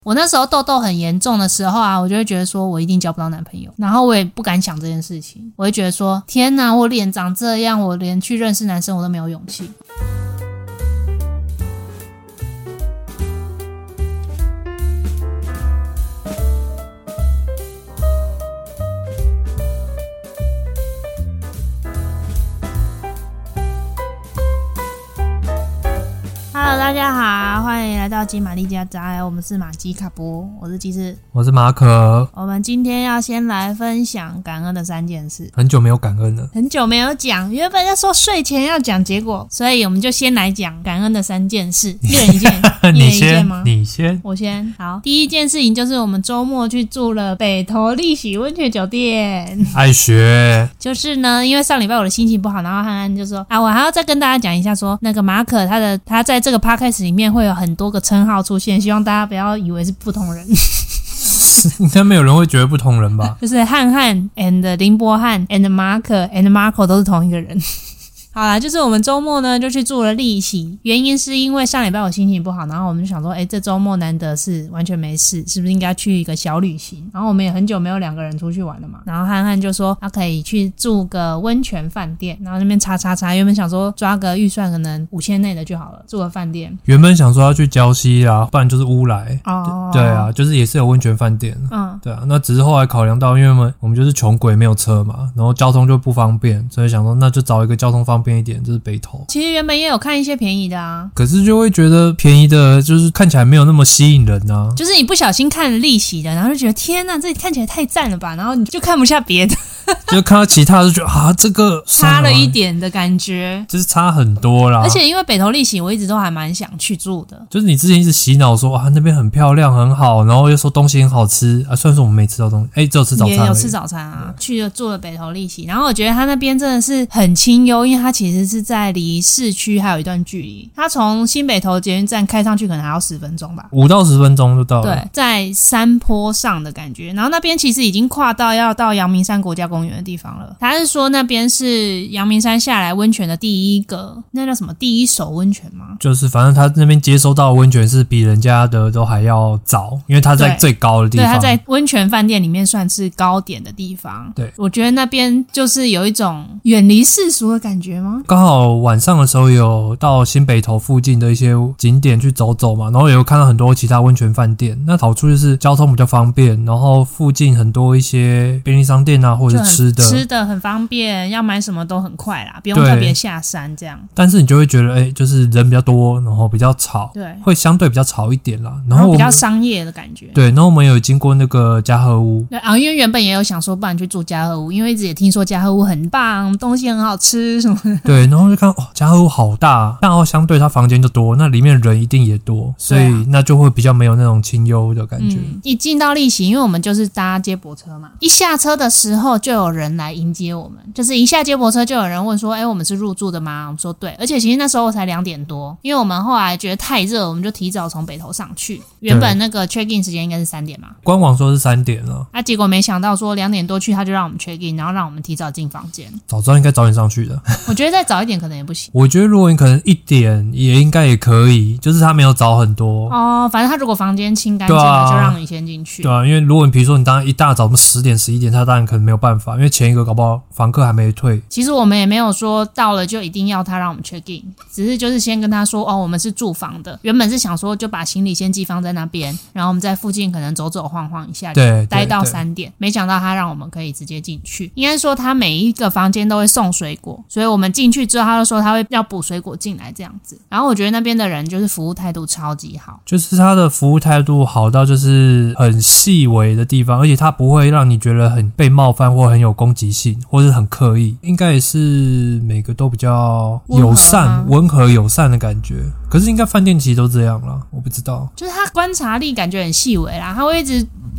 我那时候痘痘很严重的时候啊，我就会觉得说我一定交不到男朋友，然后我也不敢想这件事情，我会觉得说天哪，我脸长这样，我连去认识男生我都没有勇气。Hello， 大家好，欢迎来到金玛丽家宅，我们是马基卡波，我是鸡翅， 我是马可。 我们今天要先来分享感恩的3件事。 很久没有感恩了， 很久没有讲，原本要说睡前要讲，结果，所以我们就先来讲感恩的3件事，一人一件。 你先吗？ 你先， 我先。好，第一件事情就是我们周末去住了北投丽喜温泉酒店。 爱学。 就是呢，因为上礼拜我的心情不好，然后汉汉就说啊，我还要再跟大家讲一下说，那个马可他在这个 podcast 里面会有很多个称号出现，希望大家不要以为是不同人。 应该没有人会觉得不同人吧？ 就是汉汉 and 林博汉 and 马可 and Marco 都是同一个人。好啦，就是我们周末呢就去住了丽喜，原因是因为上礼拜我心情不好，然后我们就想说这周末难得是完全没事，是不是应该去一个小旅行，然后我们也很久没有2个人出去玩了嘛，然后汉汉就说他可以去住个温泉饭店，然后那边查，原本想说抓个预算可能5000内的就好了，住个饭店。 原本想说要去礁溪啦，不然就是乌来。对啊，就是也是有温泉饭店。对啊，那只是后来考量到因为我们就是穷鬼没有车嘛，然后交通就不方便，所以想说那就找一个交通方便一点，就是北投。 其实原本也有看一些便宜的啊， 可是就会觉得便宜的就是看起来没有那么吸引人啊， 就是你不小心看了利息的，然后就觉得天哪，这看起来太赞了吧，然后你就看不下别的。 就看到其他就觉得啊，这个差了一点的感觉， 就是差很多啦。 而且因为北投丽喜我一直都还蛮想去住的， 就是你之前一直洗脑说啊那边很漂亮很好，然后又说东西很好吃啊，虽然说我们没吃到东西，只有吃早餐， 也有吃早餐啊，去了住了北投丽喜，然后我觉得他那边真的是很清幽，因为他其实是在离市区还有一段距离，他从新北投捷运站开上去可能还要10分钟吧 ，5到10分钟就到了。 对，在山坡上的感觉，然后那边其实已经跨到要到阳明山国家公园的地方了。他是说那边是阳明山下来温泉的第一个，那叫什么第一手温泉吗？ 就是反正他那边接收到的温泉是比人家的都还要早，因为他在最高的地方。 对，他在温泉饭店里面算是高点的地方。 对， 我觉得那边就是有一种远离世俗的感觉吗？ 刚好晚上的时候有到新北投附近的一些景点去走走嘛，然后也有看到很多其他温泉饭店。那好处就是交通比较方便，然后附近很多一些便利商店啊，或者是吃的很方便，要买什么都很快啦，不用特别下山这样。 但是你就会觉得就是人比较多，然后比较吵， 对， 会相对比较吵一点啦。然后比较商业的感觉。 对，然后我们有经过那个嘉禾屋。 对啊，因为原本也有想说不然去住嘉禾屋，因为一直也听说嘉禾屋很棒，东西很好吃什么的。 对，然后就看嘉禾屋好大，然后相对它房间就多，那里面人一定也多，所以那就会比较没有那种清幽的感觉。 一进到丽喜，因为我们就是搭接驳车嘛，一下车的时候就有人来迎接我们，就是一下接驳车就有人问说我们是入住的吗？我们说对，而且其实那时候才2点多，因为我们后来觉得太热，我们就提早从北投上去，原本那个 check in 时间应该是3点嘛， 官网说是3点了， 结果没想到说2点多去他就让我们 check in， 然后让我们提早进房间。 早知道应该早点上去的。 我觉得再早一点可能也不行。 我觉得如果你可能1点也应该也可以，就是他没有早很多反正他如果房间清干净了就让你先进去。 对啊，因为如果你比如说你当然一大早10点11点，他当然可能没有办法，因为前一个搞不好房客还没退。 其实我们也没有说到了就一定要他让我们 check in， 只是就是先跟他说我们是住房的，原本是想说就把行李先寄放在那边，然后我们在附近可能走走晃晃一下， 对， 待到3点，没想到他让我们可以直接进去。应该说他每一个房间都会送水果，所以我们进去之后他就说他会要补水果进来这样子。然后我觉得那边的人就是服务态度超级好， 就是他的服务态度好到就是很细微的地方，而且他不会让你觉得很被冒犯或很有攻击性或是很刻意，应该也是每个都比较友善温和友善的感觉。可是应该饭店其实都这样啦，我不知道， 就是他观察力感觉很细微啦，他会一直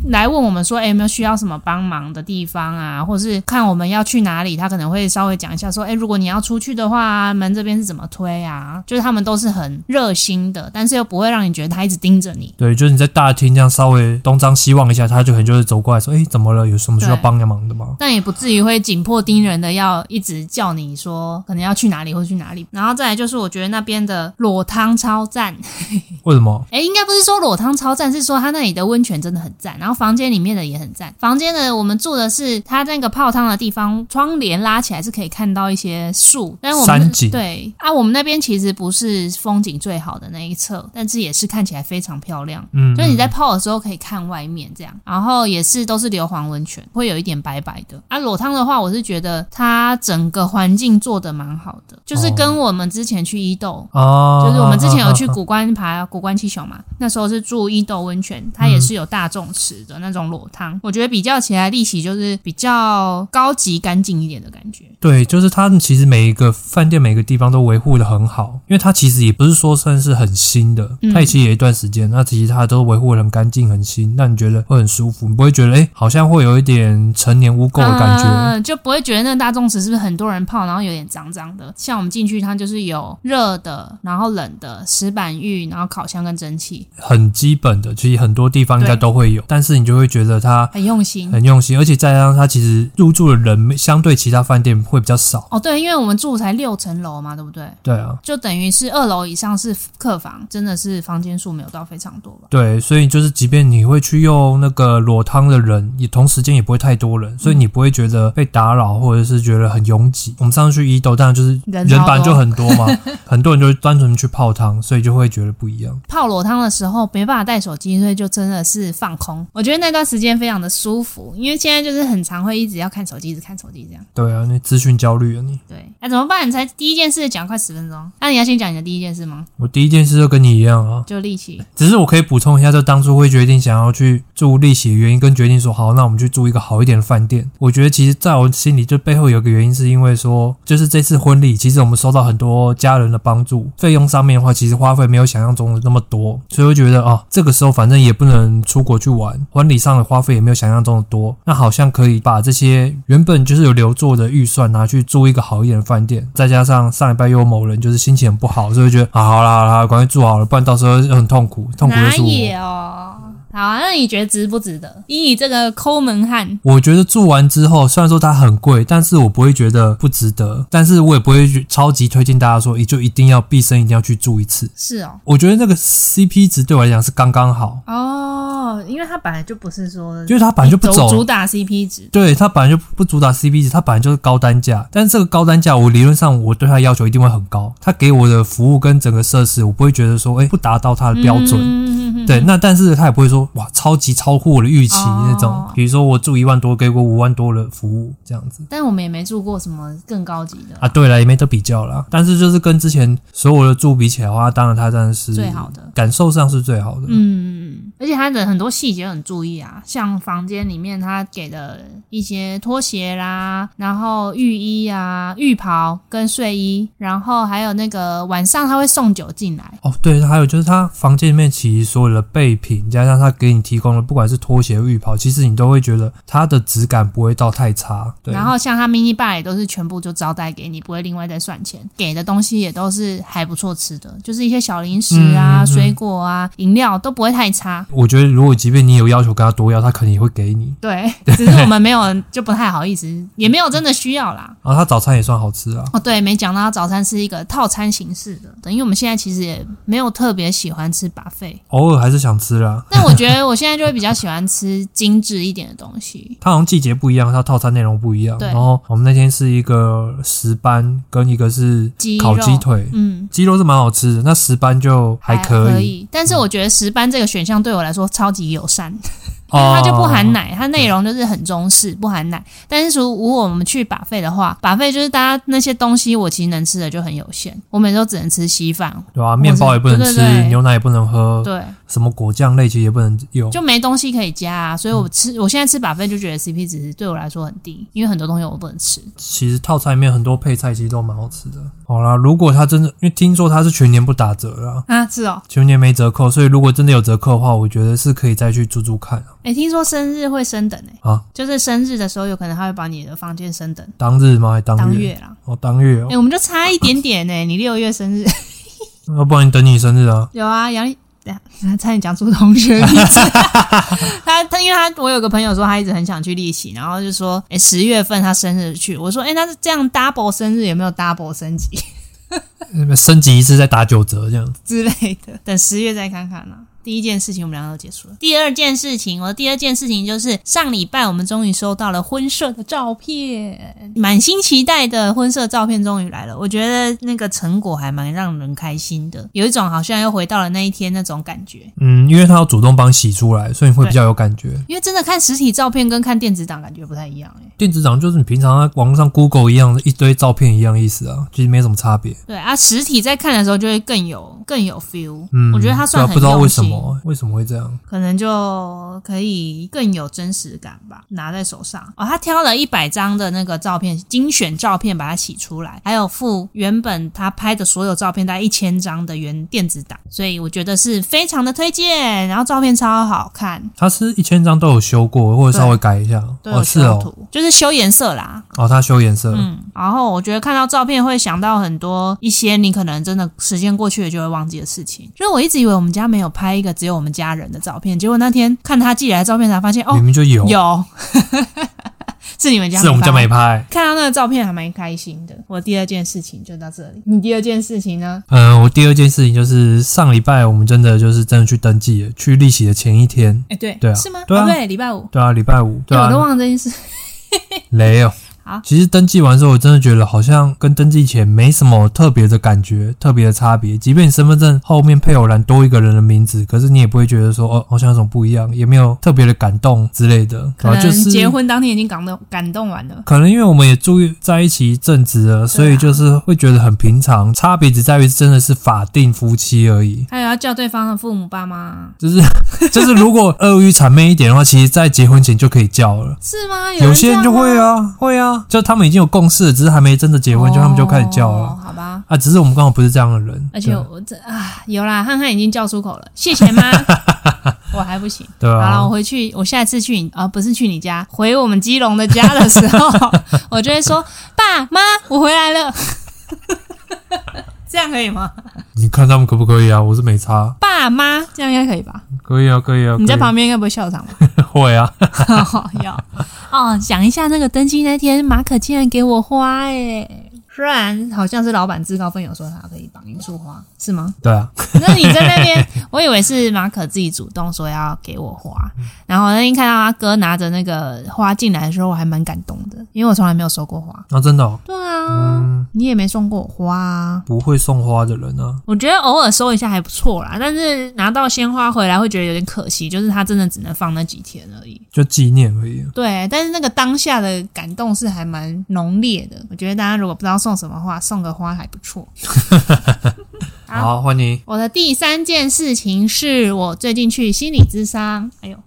来问我们说有没有需要什么帮忙的地方啊，或是看我们要去哪里，他可能会稍微讲一下说如果你要出去的话，门这边是怎么推啊，就是他们都是很热心的，但是又不会让你觉得他一直盯着你。 对，就是你在大厅这样稍微东张西望一下，他就可能就是走过来说怎么了，有什么需要帮忙的吗？ 但也不至于会紧迫盯人的要一直叫你说可能要去哪里或去哪里。然后再来就是我觉得那边的裸汤超赞为什么？ 应该不是说裸汤超赞，是说他那里的温泉真的很赞，然后房间里面的也很赞。房间的我们住的是他那个泡汤的地方，窗帘拉起来是可以看到一些树，但是我们山景。 对啊，我们那边其实不是风景最好的那一侧，但是也是看起来非常漂亮。就是你在泡的时候可以看外面这样，然后也是都是硫磺温泉，会有一点白白的。啊，裸汤的话，我是觉得它整个环境做得蛮好的，就是跟我们之前去伊豆，就是我们之前有去古关爬古关七雄嘛，那时候是住伊豆温泉，它也是有大众池的那种裸汤。我觉得比较起来，利息就是比较高级干净一点的感觉。 对，就是它其实每一个饭店每个地方都维护得很好，因为它其实也不是说算是很新的，它也其实也有一段时间，那其实它都维护得很干净很新，那你觉得会很舒服，你不会觉得好像会有一点陈年污垢的感觉， 就不会觉得那大众池是不是很多人泡，然后有点脏脏的。像我们进去它就是有热的，然后冷的，石板浴，然后烤箱跟蒸汽， 很基本的，其实很多地方应该都会有，但是你就会觉得它很用心， 而且再加上它其实入住的人相对其他饭店会比较少。 对，因为我们住才6层楼嘛，对不对？ 对啊， 就等于是2楼以上是客房，真的是房间数没有到非常多吧？ 对，所以就是即便你会去用那个裸汤的人，也同时间也不会太多人，所以你不会觉得被打扰或者是觉得很拥挤。我们上次去伊豆当然就是人本来就很多嘛，很多人就单纯去泡汤，所以就会觉得不一样。 泡裸汤的时候没办法带手机，所以就真的是放空。我觉得那段时间非常的舒服，因为现在就是很常会一直要看手机，一直看手机这样。 对啊，那资讯焦虑啊你。 对，那怎么办？你才第一件事讲快10分钟，那你要先讲你的第一件事吗？ 我第一件事就跟你一样啊， 就利息。 只是我可以补充一下，就当初会决定想要去住利息的原因，跟决定说好，那我们去住一个好一点的饭店。我觉得其实在我心里就背后有一个原因，是因为说就是这次婚礼，其实我们收到很多家人的帮助，费用上面的话，其实花费没有想象中的那么多，所以我觉得这个时候反正也不能出国去玩，婚礼上的花费也没有想象中的多，那好像可以把这些原本就是有留作的预算拿去住一个好一点的饭店，再加上上礼拜又有某人就是心情很不好，所以就觉得好啦，赶快住好了，不然到时候很痛苦的是我。 哪有好啊，那你觉得值不值得？以你这个抠门汉， 我觉得住完之后，虽然说它很贵，但是我不会觉得不值得，但是我也不会超级推荐大家说，就一定要毕生一定要去住一次。是哦，我觉得那个 CP 值对我来讲是刚刚好哦，因为它本来就不是说， 就是它本来就不走主打 CP 值， 对，它本来就不主打 CP 值，它本来就是高单价，但是这个高单价，我理论上我对它的要求一定会很高，它给我的服务跟整个设施，我不会觉得说，不达到它的标准，对，那但是它也不会说哇超级超乎我的预期那种，比如说我住1万多给我5万多的服务这样子， 但我们也没住过什么更高级的啊，对了，也没得比较啦，但是就是跟之前所有的住比起来的话，当然它真的是最好的， 感受上是最好的， 而且它的很多细节很注意啊，像房间里面它给的一些拖鞋啦，然后浴衣啊、浴袍跟睡衣，然后还有那个晚上它会送酒进来哦，对，还有就是它房间里面其实所有的备品加上它给你提供的不管是拖鞋浴袍，其实你都会觉得它的质感不会到太差，对， 然后像它 mini bar 也都是全部就招待给你，不会另外再算钱，给的东西也都是还不错吃的，就是一些小零食啊、水果啊、饮料都不会太差。 我觉得如果即便你有要求跟他多要，他可能也会给你， 对，只是我们没有就不太好意思，也没有真的需要啦。 然后他早餐也算好吃啊。 哦，对，没讲到他早餐是一个套餐形式的，等于我们现在其实也没有特别喜欢吃 buffet， 偶尔还是想吃啦。 但我觉得我现在就会比较喜欢吃精致一点的东西。 它好像季节不一样，它套餐内容不一样。然后我们那天是一个石斑跟一个是烤鸡腿，鸡肉是蛮好吃的，那石斑就还可以。 但是我觉得石斑这个选项对我来说超级友善。因为它就不含奶，它内容就是很中式，不含奶。但是如果我们去buffet的话，buffet就是大家那些东西我其实能吃的就很有限，我每周只能吃稀饭， 对啊，面包也不能吃，对对对，牛奶也不能喝， 对， 什么果酱类其实也不能用， 就没东西可以加啊。所以我现在吃buffet就觉得 CP 值对我来说很低，因为很多东西我不能吃。 其实套餐里面很多配菜其实都蛮好吃的。好啦，如果它真的，因为听说它是全年不打折啦， 啊，是哦， 全年没折扣，所以如果真的有折扣的话，我觉得是可以再去住住看啊。 听说生日会升等啊， 就是生日的时候有可能他会把你的房间升等。 当日吗？还是当月？ 当月啦。 哦，当月哦。 我们就差一点点你6月生日。 要不然你等你生日啊？ 有啊，杨丽。差点讲出同学名字。因为我有个朋友说他一直很想去利息，然后就说10月份他生日去，我说那是这样 double 生日有没有 double 升级？ 升级一次再打9折这样之类的，等10月再看看啦。第一件事情我们两个都结束了。第二件事情，我的第二件事情就是上礼拜我们终于收到了婚摄的照片，满心期待的婚摄照片终于来了。我觉得那个成果还蛮让人开心的，有一种好像又回到了那一天那种感觉。 因为他要主动帮洗出来，所以你会比较有感觉。 因为真的看实体照片跟看电子档感觉不太一样电子档就是你平常在网上 Google 一样的一堆照片一样意思啊，其实没什么差别。 对啊，实体在看的时候就会更有 feel。我觉得他算很用心。 不知道为什么会这样， 可能就可以更有真实感吧，拿在手上。他挑了100张的那个照片，精选照片把它洗出来，还有附原本他拍的所有照片大概1000张的原电子档，所以我觉得是非常的推荐。然后照片超好看， 他是1000张都有修过或者稍微改一下， 都有修图，就是修颜色啦。 他修颜色。 然后我觉得看到照片会想到很多一些你可能真的时间过去了就会忘记的事情。就是我一直以为我们家没有拍一个只有我们家人的照片，结果那天看他寄来的照片才发现， 明明就有是你们家没拍， 是我们家没拍。 看到那个照片还蛮开心的。我第二件事情就到这里，你第二件事情呢？ 我第二件事情就是上礼拜我们真的去登记了，去利息的前一天。 对啊，是吗？对，礼拜5。 对啊，礼拜5。对啊， 我都忘了这件事。 雷哦。 好， 其实登记完之后，我真的觉得好像跟登记前没什么特别的感觉，特别的差别。即便你身份证后面配偶栏多一个人的名字，可是你也不会觉得说好像有什么不一样，也没有特别的感动之类的。 可能结婚当天已经感动完了。 可能因为我们也住在一起一阵子了，所以就是会觉得很平常。差别只在于真的是法定夫妻而已。 还有要叫对方的父母爸妈， 就是如果恶语谄媚一点的话，其实在结婚前就可以叫了。 是吗？ 有些人就会啊。就他们已经有共识了，只是还没真的结婚，就他们就开始叫了。 好吧。 只是我们刚好不是这样的人。 而且有啦，汉汉已经叫出口了，谢谢妈。我还不行。 对啊。 好了，我下一次去不是去你家，回我们基隆的家的时候，我就会说爸妈，我回来了。这样可以吗？你看他们可不可以啊？我是没差。 爸妈，这样应该可以吧？ 可以啊，可以啊。 你在旁边应该不会笑场吧？ 会啊。 要讲一下那个登记那天，马可竟然给我花虽然好像是老板自告奋勇说他可以绑一束花，是吗？ 对啊。 那你在那边，我以为是马可自己主动说要给我花，然后那天看到他哥拿着那个花进来的时候，我还蛮感动的，因为我从来没有收过花。 真的哦？ 对啊。你也没送过我花啊？ 不会送花的人啊。 我觉得偶尔收一下还不错啦，但是拿到鲜花回来会觉得有点可惜，就是它真的只能放那几天而已， 就纪念而已。 对，但是那个当下的感动是还蛮浓烈的。我觉得大家如果不知道送什么花，送个花还不错。 好，换你。 我的第3件事情是我最近去心理咨商。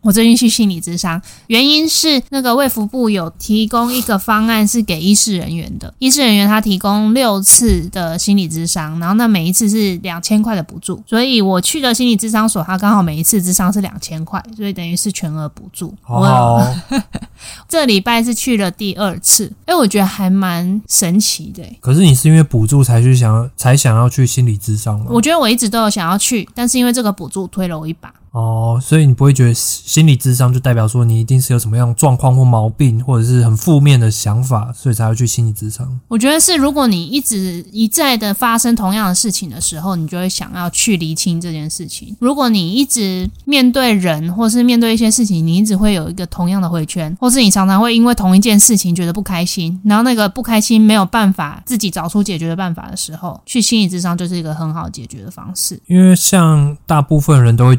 原因是那个卫福部有提供一个方案是给医事人员的，医事人员他提供6次的心理咨商，然后那每一次是2000块的补助，所以我去的心理咨商所，他刚好每一次咨商是2000块，所以等于是全额补助。 好。 这礼拜是去了第2次，我觉得还蛮神奇的。 可是你是因为补助才想要去心理咨商吗？ 我觉得我一直都有想要去，但是因为这个补助推了我一把。 所以你不会觉得心理咨商就代表说你一定是有什么样的状况或毛病，或者是很负面的想法，所以才会去心理咨商？我觉得是，如果你一再的发生同样的事情的时候，你就会想要去厘清这件事情。如果你一直面对人，或是面对一些事情，你一直会有一个同样的回圈，或是你常常会因为同一件事情觉得不开心，然后那个不开心没有办法自己找出解决的办法的时候，去心理咨商就是一个很好解决的方式。 因为像大部分人都会觉得说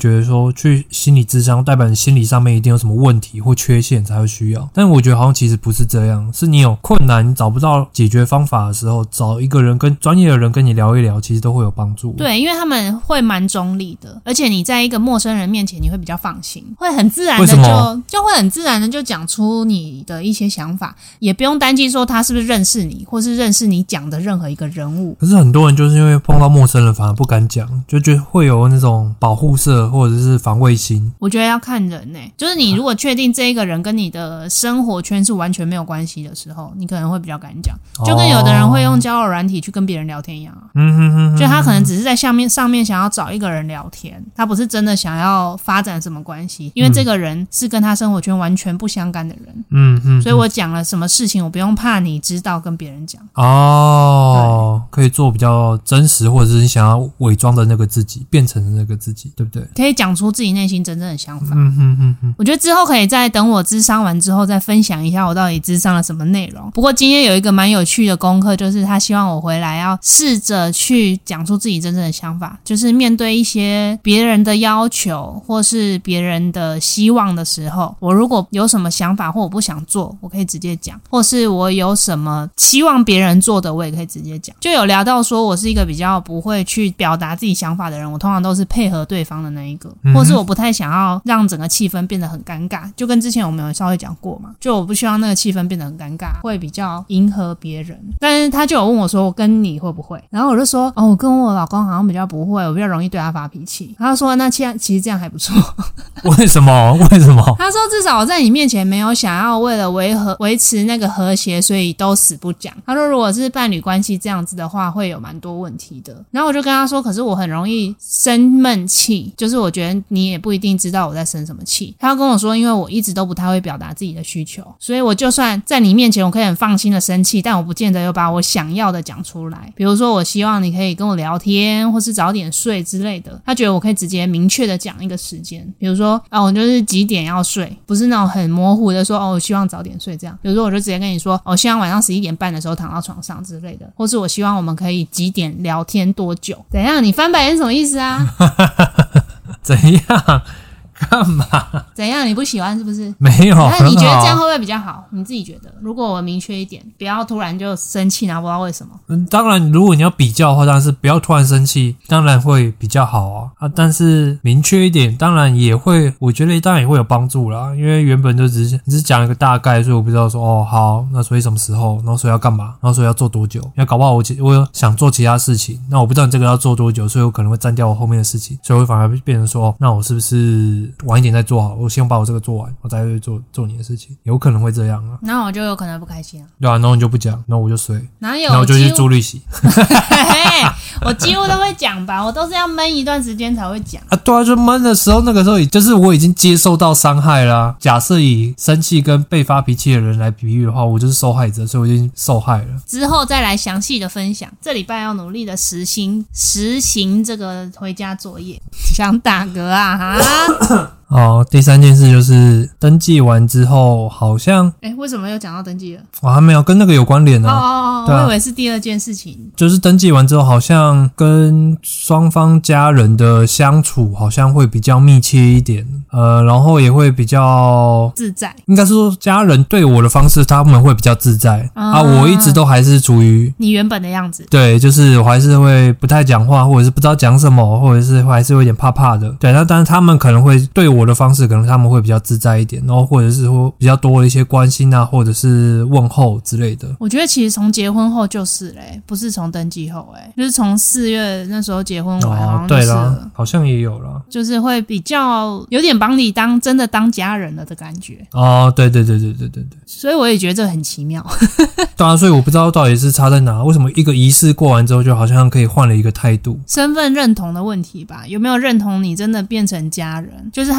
说去心理咨商代表你心理上面一定有什么问题或缺陷才会需要，但我觉得好像其实不是这样，是你有困难你找不到解决方法的时候，找一个人跟专业的人跟你聊一聊，其实都会有帮助。 对，因为他们会蛮中立的，而且你在一个陌生人面前你会比较放心，会很自然的就会很自然的就讲出你的一些想法，也不用担心说他是不是认识你或是认识你讲的任何一个人物。 可是很多人就是因为碰到陌生人反而不敢讲，就觉得会有那种保护色或者是防卫心。 我觉得要看人就是你如果确定这一个人跟你的生活圈是完全没有关系的时候，你可能会比较敢讲，就跟有的人会用交友软体去跟别人聊天一样啊。就他可能只是在上面想要找一个人聊天，他不是真的想要发展什么关系，因为这个人是跟他生活圈完全不相干的人。所以我讲了什么事情我不用怕你知道跟别人讲。 可以做比较真实或者是你想要伪装的那个自己变成的那个自己，对不对？ 可以讲出自己内心真正的想法。我觉得之后可以再等我諮商完之后再分享一下我到底諮商了什么内容。不过今天有一个蛮有趣的功课，就是他希望我回来要试着去讲出自己真正的想法，就是面对一些别人的要求或是别人的希望的时候，我如果有什么想法或我不想做，我可以直接讲，或是我有什么希望别人做的我也可以直接讲。就有聊到说我是一个比较不会去表达自己想法的人，我通常都是配合对方的那一个，或是我不太想要让整个气氛变得很尴尬，就跟之前我们有稍微讲过嘛，就我不希望那个气氛变得很尴尬，会比较迎合别人。但是他就有问我说我跟你会不会，然后我就说我跟我老公好像比较不会，我比较容易对他发脾气。他就说那其实这样还不错。 为什么？ 他说至少我在你面前没有想要为了维持那个和谐所以都死不讲。他说如果是伴侣关系这样子的话会有蛮多问题的。然后我就跟他说可是我很容易生闷气，就是我觉得你也不一定知道我在生什么气。他跟我说因为我一直都不太会表达自己的需求，所以我就算在你面前我可以很放心的生气，但我不见得有把我想要的讲出来。比如说我希望你可以跟我聊天或是早点睡之类的，他觉得我可以直接明确的讲一个时间，比如说我就是几点要睡，不是那种很模糊的说我希望早点睡这样。比如说我就直接跟你说我希望晚上11点半的时候躺到床上之类的，或是我希望我们可以几点聊天多久。怎样？你翻白眼什么意思啊？ 怎样？干嘛？ 怎样？你不喜欢是不是？ 没有。 那你觉得这样会不会比较好？你自己觉得？如果我明确一点，不要突然就生气，然后不知道为什么。 当然，如果你要比较的话，当然是不要突然生气，当然会比较好啊。但是明确一点，当然也会，我觉得当然也会有帮助啦。因为原本就只是讲一个大概，所以我不知道说好，那所以什么时候，然后所以要干嘛，然后所以要做多久。因为搞不好我有想做其他事情，那我不知道你这个要做多久，所以我可能会占掉我后面的事情，所以我反而变成说那我是不是晚一点再做好，我先把我这个做完，我再去做你的事情，有可能会这样啊。 那我就有可能不开心啊。 对啊，然后你就不讲，然后我就睡， 哪有？ 然后我就去住利息。 我几乎都会讲吧，我都是要闷一段时间才会讲啊。对啊，就闷的时候，那个时候就是我已经接受到伤害啦。假设以生气跟被发脾气的人来比喻的话，我就是受害者，所以我已经受害了。 之后再来详细的分享，这礼拜要努力的实行这个回家作业。想打嗝啊哈。 第三件事就是登记完之后好像为什么又讲到登记了？ 我还没有跟那个有关联啊。 我以为是第二件事情。 就是登记完之后好像跟双方家人的相处好像会比较密切一点，然后也会比较自在。 应该是说家人对我的方式他们会比较自在我一直都还是处于你原本的样子。 对，就是我还是会不太讲话，或者是不知道讲什么，或者是还是有点怕怕的。对，那但是他们可能会对我的方式可能他们会比较自在一点，然后或者是说比较多的一些关心啊，或者是问候之类的。 我觉得其实从结婚后就是不是从登记后就是从4月那时候结婚完好像就是对啦，好像也有啦， 就是会比较有点把你真的当家人了的感觉。 对， 所以我也觉得这很奇妙。 对啊，所以我不知道到底是差在哪，为什么一个仪式过完之后就好像可以换了一个态度。 身份认同的问题吧，有没有认同你真的变成家人，就是他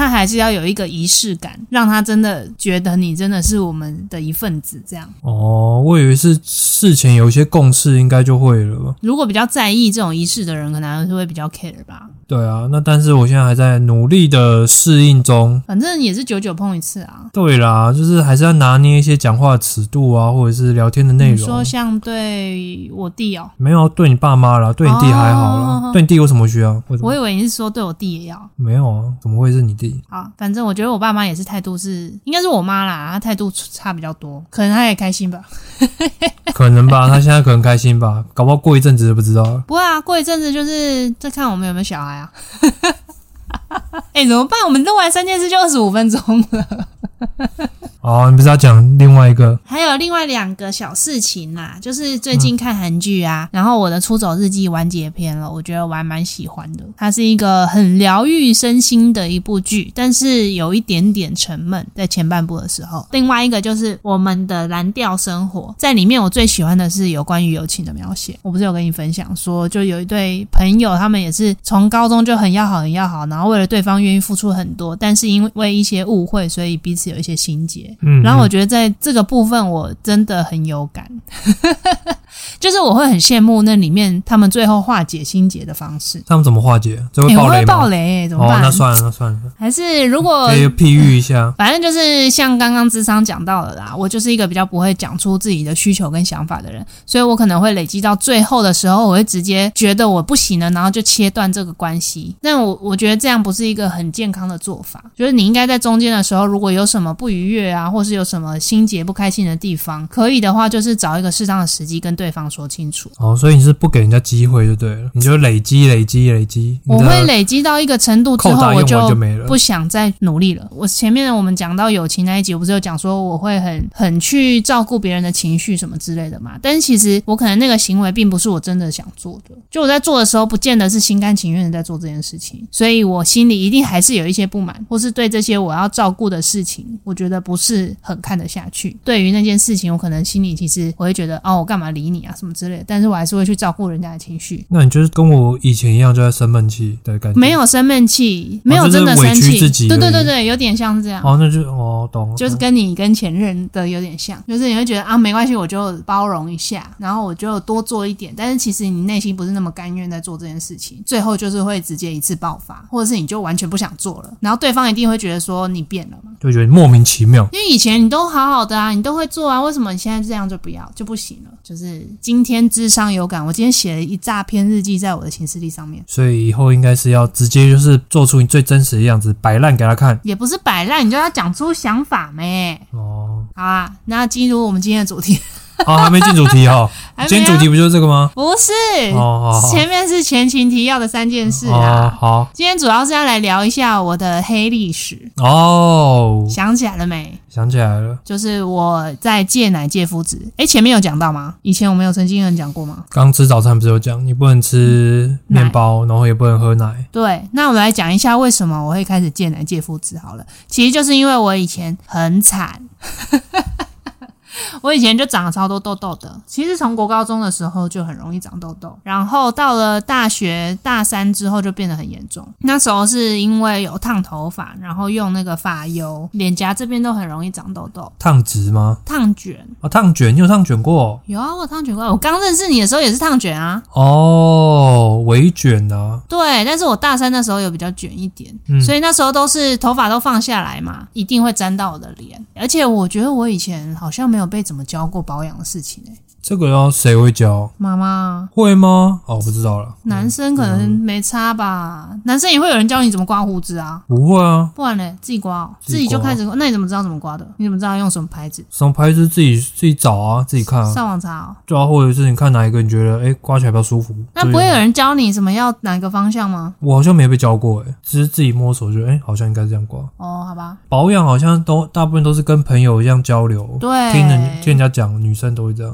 他还是要有一个仪式感，让他真的觉得你真的是我们的一份子这样。 哦，我以为是事前有一些共识应该就会了吧。 如果比较在意这种仪式的人，可能还是会比较 care 吧。 对啊，那但是我现在还在努力的适应中。 反正也是久久碰一次啊。 对啦，就是还是要拿捏一些讲话的尺度啊，或者是聊天的内容。 你说像对我弟哦？ 没有，对你爸妈啦，对你弟还好啦。对你弟有什么需要？ 我以为你是说对我弟也要。 没有啊，怎么会是你弟？ 好，反正我觉得我爸妈也是态度是，应该是我妈啦，她态度差比较多，可能她也开心吧。 可能吧，他现在可能开心吧，搞不好过一阵子就不知道了。 不会啊，过一阵子就是再看我们有没有小孩啊。怎么办？我们录完3件事就25分钟了。 哦，你不是要讲另外一个？ 还有另外2个小事情啦，就是最近看韩剧啊，然后我的出走日记完结篇了，我觉得我还蛮喜欢的。它是一个很疗愈身心的一部剧，但是有一点点沉闷在前半部的时候。另外一个就是我们的蓝调生活，在里面我最喜欢的是有关于友情的描写。我不是有跟你分享说，就有一对朋友，他们也是从高中就很要好很要好，然后为了对方愿意付出很多，但是因为一些误会，所以彼此有一些心结。然后我觉得在这个部分我真的很有感。就是我会很羡慕那里面他们最后化解心结的方式。 他们怎么化解？这会爆雷吗？ 会爆雷怎么办？ 那算了。 还是如果可以譬喻一下， 反正就是像刚刚諮商讲到的啦，我就是一个比较不会讲出自己的需求跟想法的人，所以我可能会累积到最后的时候，我会直接觉得我不行了，然后就切断这个关系。但我觉得这样不是一个很健康的做法，就是你应该在中间的时候，如果有什么不愉悦啊，或是有什么心结不开心的地方，可以的话就是找一个适当的时机跟对方说清楚。 所以你是不给人家机会就对了，你就累积。 我会累积到一个程度之后，我就不想再努力了。我前面我们讲到友情那一集，我不是有讲说我会很去照顾别人的情绪什么之类的嘛？但是其实我可能那个行为并不是我真的想做的，就我在做的时候，不见得是心甘情愿的在做这件事情，所以我心里一定还是有一些不满，或是对这些我要照顾的事情，我觉得不是很看得下去。对于那件事情，我可能心里其实我会觉得我干嘛理你啊什么之类的，但是我还是会去照顾人家的情绪。 那你就是跟我以前一样，就在生闷气的感觉？ 没有生闷气，没有真的生气， 就是委屈自己。 对，有点像是这样。 那就懂了， 就是跟你跟前任的有点像，就是你会觉得没关系，我就包容一下，然后我就多做一点，但是其实你内心不是那么甘愿在做这件事情，最后就是会直接一次爆发，或者是你就完全不想做了，然后对方一定会觉得说你变了嘛， 就觉得莫名其妙， 因为以前你都好好的啊，你都会做啊，为什么你现在这样就不行了？就是今天諮商有感，我今天写了一大篇日记在我的行事历上面， 所以以后应该是要直接就是做出你最真实的样子，摆烂给他看， 也不是摆烂，你就要讲出想法咩。好啊，那进入我们今天的主题。 还没进主题今天主题不就是这个吗？ 不是，前面是前情提要的3件事啊。好，今天主要是要来聊一下我的黑历史。想起来了没？ 想起来了， 就是我在戒奶戒麸质。前面有讲到吗？以前我们有曾经有人讲过吗？ 刚吃早餐不是有讲，你不能吃面包，然后也不能喝奶。 对，那我们来讲一下为什么我会开始戒奶戒麸质好了。其实就是因为我以前很惨。我以前就长了超多痘痘的，其实从国高中的时候就很容易长痘痘，然后到了大学大3之后就变得很严重。那时候是因为有烫头发，然后用那个发油，脸颊这边都很容易长痘痘。 烫直吗？ 烫卷。 烫卷，你有烫卷过？ 有啊，我有烫卷过。我刚认识你的时候也是烫卷啊。 微卷啊。 对，但是我大3的时候有比较卷一点，所以那时候都是头发都放下来嘛，一定会沾到我的脸。而且我觉得我以前好像没有被怎么教过保养的事情这个要谁会教？ 妈妈会吗？我不知道了。 男生可能没差吧，男生也会有人教你怎么刮胡子啊？ 不会啊， 不然呢？自己刮自己就开始刮。那你怎么知道怎么刮的？你怎么知道用什么牌子？ 什么牌子自己找啊，自己看啊， 上网查对啊，或者是你看哪一个你觉得刮起来比较舒服。 那不会有人教你什么要哪个方向吗？ 我好像没被教过只是自己摸索觉得好像应该这样刮。 好吧。 保养好像大部分都是跟朋友一样交流， 对， 听人家讲，女生都会这样。 但是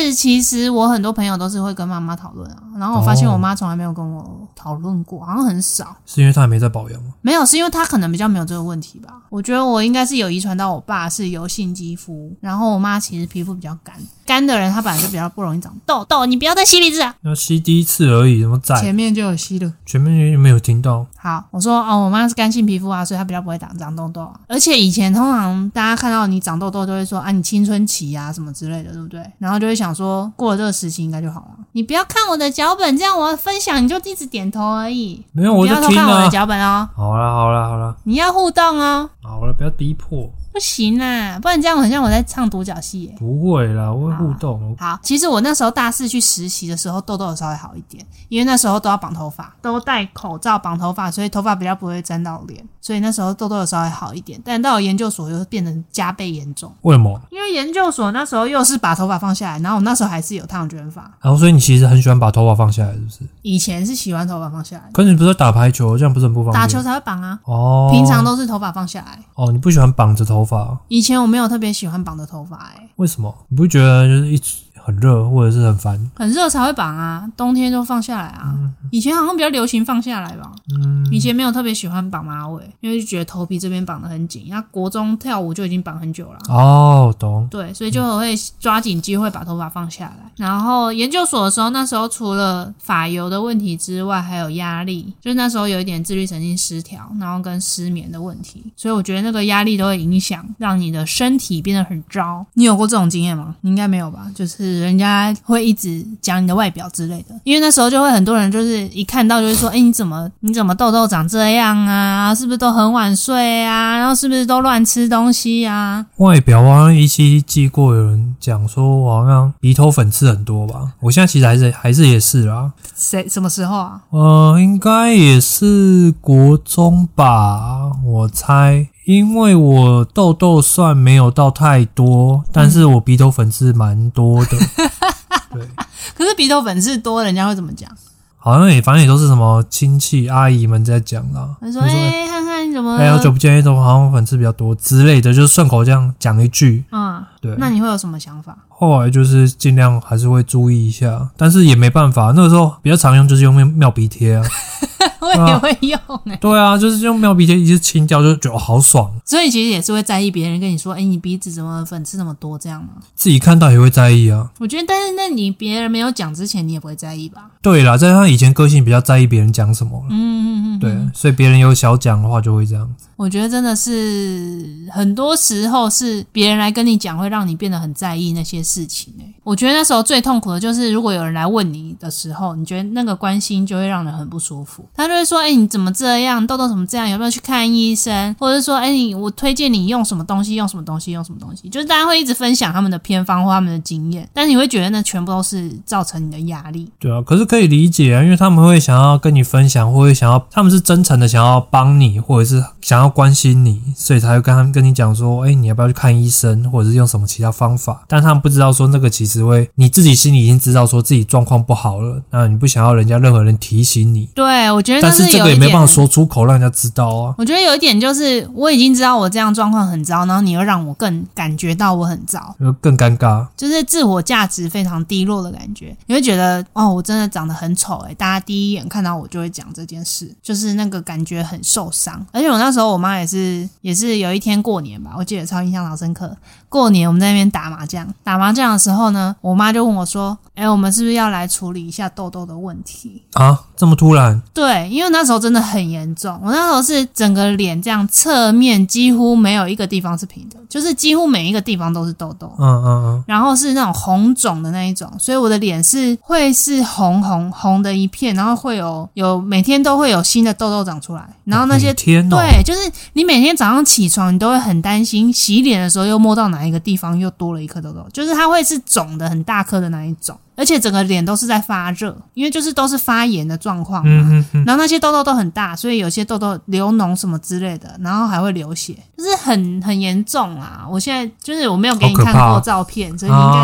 是其实我很多朋友都是会跟妈妈讨论啊，然后我发现我妈从来没有跟我讨论过，好像很少。 是因为她还没在保养吗？ 没有，是因为她可能比较没有这个问题吧。我觉得我应该是有遗传到我爸是油性肌肤，然后我妈其实皮肤比较干的人，她本来就比较不容易长痘痘。你不要再吸梨子啊！ 要吸第一次而已，怎么在？ 前面就有吸了， 前面没有听到。 好，我说我妈是干性皮肤啊，所以她比较不会长痘痘啊。而且以前通常大家看到你长痘痘都会说你青春期啊什么之类的，对不对？然后就会想说过了这个时期应该就好了。你不要看我的脚本，这样我分享你就一直点头而已。 没有，我在听啊。 不要偷看我的脚本哦。 好啦， 你要互动哦。 好了，不要逼迫。 不行啦，不然这样很像我在唱独角戏耶。 不会啦，我会互动。 好，其实我那时候大4去实习的时候，痘痘有稍微好一点，因为那时候都要绑头发，都戴口罩绑头发，所以头发比较不会沾到脸，所以那时候痘痘有稍微好一点。但到了研究所又变得加倍严重。 为什么？ 因为研究所那时候又是把头发放下来，然后我那时候还是有烫卷发。 然后所以你其实很喜欢把头发放下来，是不是？ 以前是喜欢头发放下来， 可是你不是打排球，这样不是很不方便？ 打球才会绑啊。 哦， 平常都是头发放下来。 哦，你不喜欢绑着头发？ 以前我没有特别喜欢绑的头发为什么？你不觉得就是一直很热或者是很烦？ 很热才会绑啊，冬天就放下来啊。以前好像比较流行放下来吧。以前没有特别喜欢绑马尾，因为就觉得头皮这边绑得很紧。那国中跳舞就已经绑很久了。 哦，懂。 对，所以就会抓紧机会把头发放下来。然后研究所的时候，那时候除了发油的问题之外，还有压力，就是那时候有一点自律神经失调，然后跟失眠的问题。所以我觉得那个压力都会影响，让你的身体变得很糟。你有过这种经验吗？你应该没有吧？就是人家会一直讲你的外表之类的，因为那时候就会很多人就是一看到就会说，你怎么痘痘长这样啊？是不是都很晚睡啊？然后是不是都乱吃东西啊？ 外表我好像依稀记过有人讲说我好像鼻头粉刺很多吧。我现在其实还是也是啦。 什么时候啊？ 应该也是国中吧，我猜。因为我痘痘算没有到太多，但是我鼻头粉刺蛮多的。对， 可是鼻头粉刺多，人家会怎么讲？ 好像反正也都是什么亲戚阿姨们在讲啦。 他说：“看看你怎么？ 好久不见，都好像粉刺比较多之类的，就是顺口这样讲一句。对。那你会有什么想法？ 后来就是尽量还是会注意一下，但是也没办法，那个时候比较常用就是用妙笔贴啊。 我也会用对啊，就是用妙笔贴一直清掉，就觉得好爽。 所以其实也是会在意别人跟你说，你鼻子怎么粉刺那么多这样吗？ 自己看到也会在意啊。 我觉得，但是那你别人没有讲之前，你也不会在意吧？ 对啦，在他以前个性比较在意别人讲什么了。对，所以别人有小讲的话就会这样子。 我觉得真的是很多时候是别人来跟你讲，会让你变得很在意那些事情。我觉得那时候最痛苦的就是如果有人来问你的时候，你觉得那个关心就会让人很不舒服。他就会说你怎么这样，痘痘怎么这样，有没有去看医生，或者是说我推荐你用什么东西，用什么东西，用什么东西，就是大家会一直分享他们的偏方或他们的经验，但是你会觉得那全部都是造成你的压力。对啊，可是可以理解啊，因为他们会想要跟你分享，或者他们是真诚的想要帮你，或者是想要关心你，所以才会跟你讲说你要不要去看医生，或者是用什么其他方法。但他们不知道说那个其实会你自己心里已经知道说自己状况不好了，那你不想要任何人提醒你。 对，我觉得但是这个也没办法说出口让人家知道啊。 我觉得有一点就是我已经知道我这样状况很糟，然后你又让我更感觉到我很糟， 更尴尬， 就是自我价值非常低落的感觉。你会觉得我真的长得很丑大家第一眼看到我就会讲这件事，就是那个感觉很受伤。而且我那时候我妈也是有一天过年吧，我记得超印象好深刻。过年我们在那边打麻将的时候呢，我妈就问我说我们是不是要来处理一下痘痘的问题啊？这么突然？ 对，因为那时候真的很严重，我那时候是整个脸这样侧面几乎没有一个地方是平的，就是几乎每一个地方都是痘痘。然后是那种红肿的那一种，所以我的脸会是红的一片，然后会有每天都会有新的痘痘长出来，然后那些对，就是你每天早上起床你都会很担心洗脸的时候又摸到哪一个地方又多了一颗痘痘，就是它会是肿的很大颗的那一种，而且整个脸都是在发热，因为就是都是发炎的状况嘛。然后那些痘痘都很大，所以有些痘痘流脓什么之类的，然后还会流血，就是很严重啊。我现在就是我没有给你看过照片，所以你应该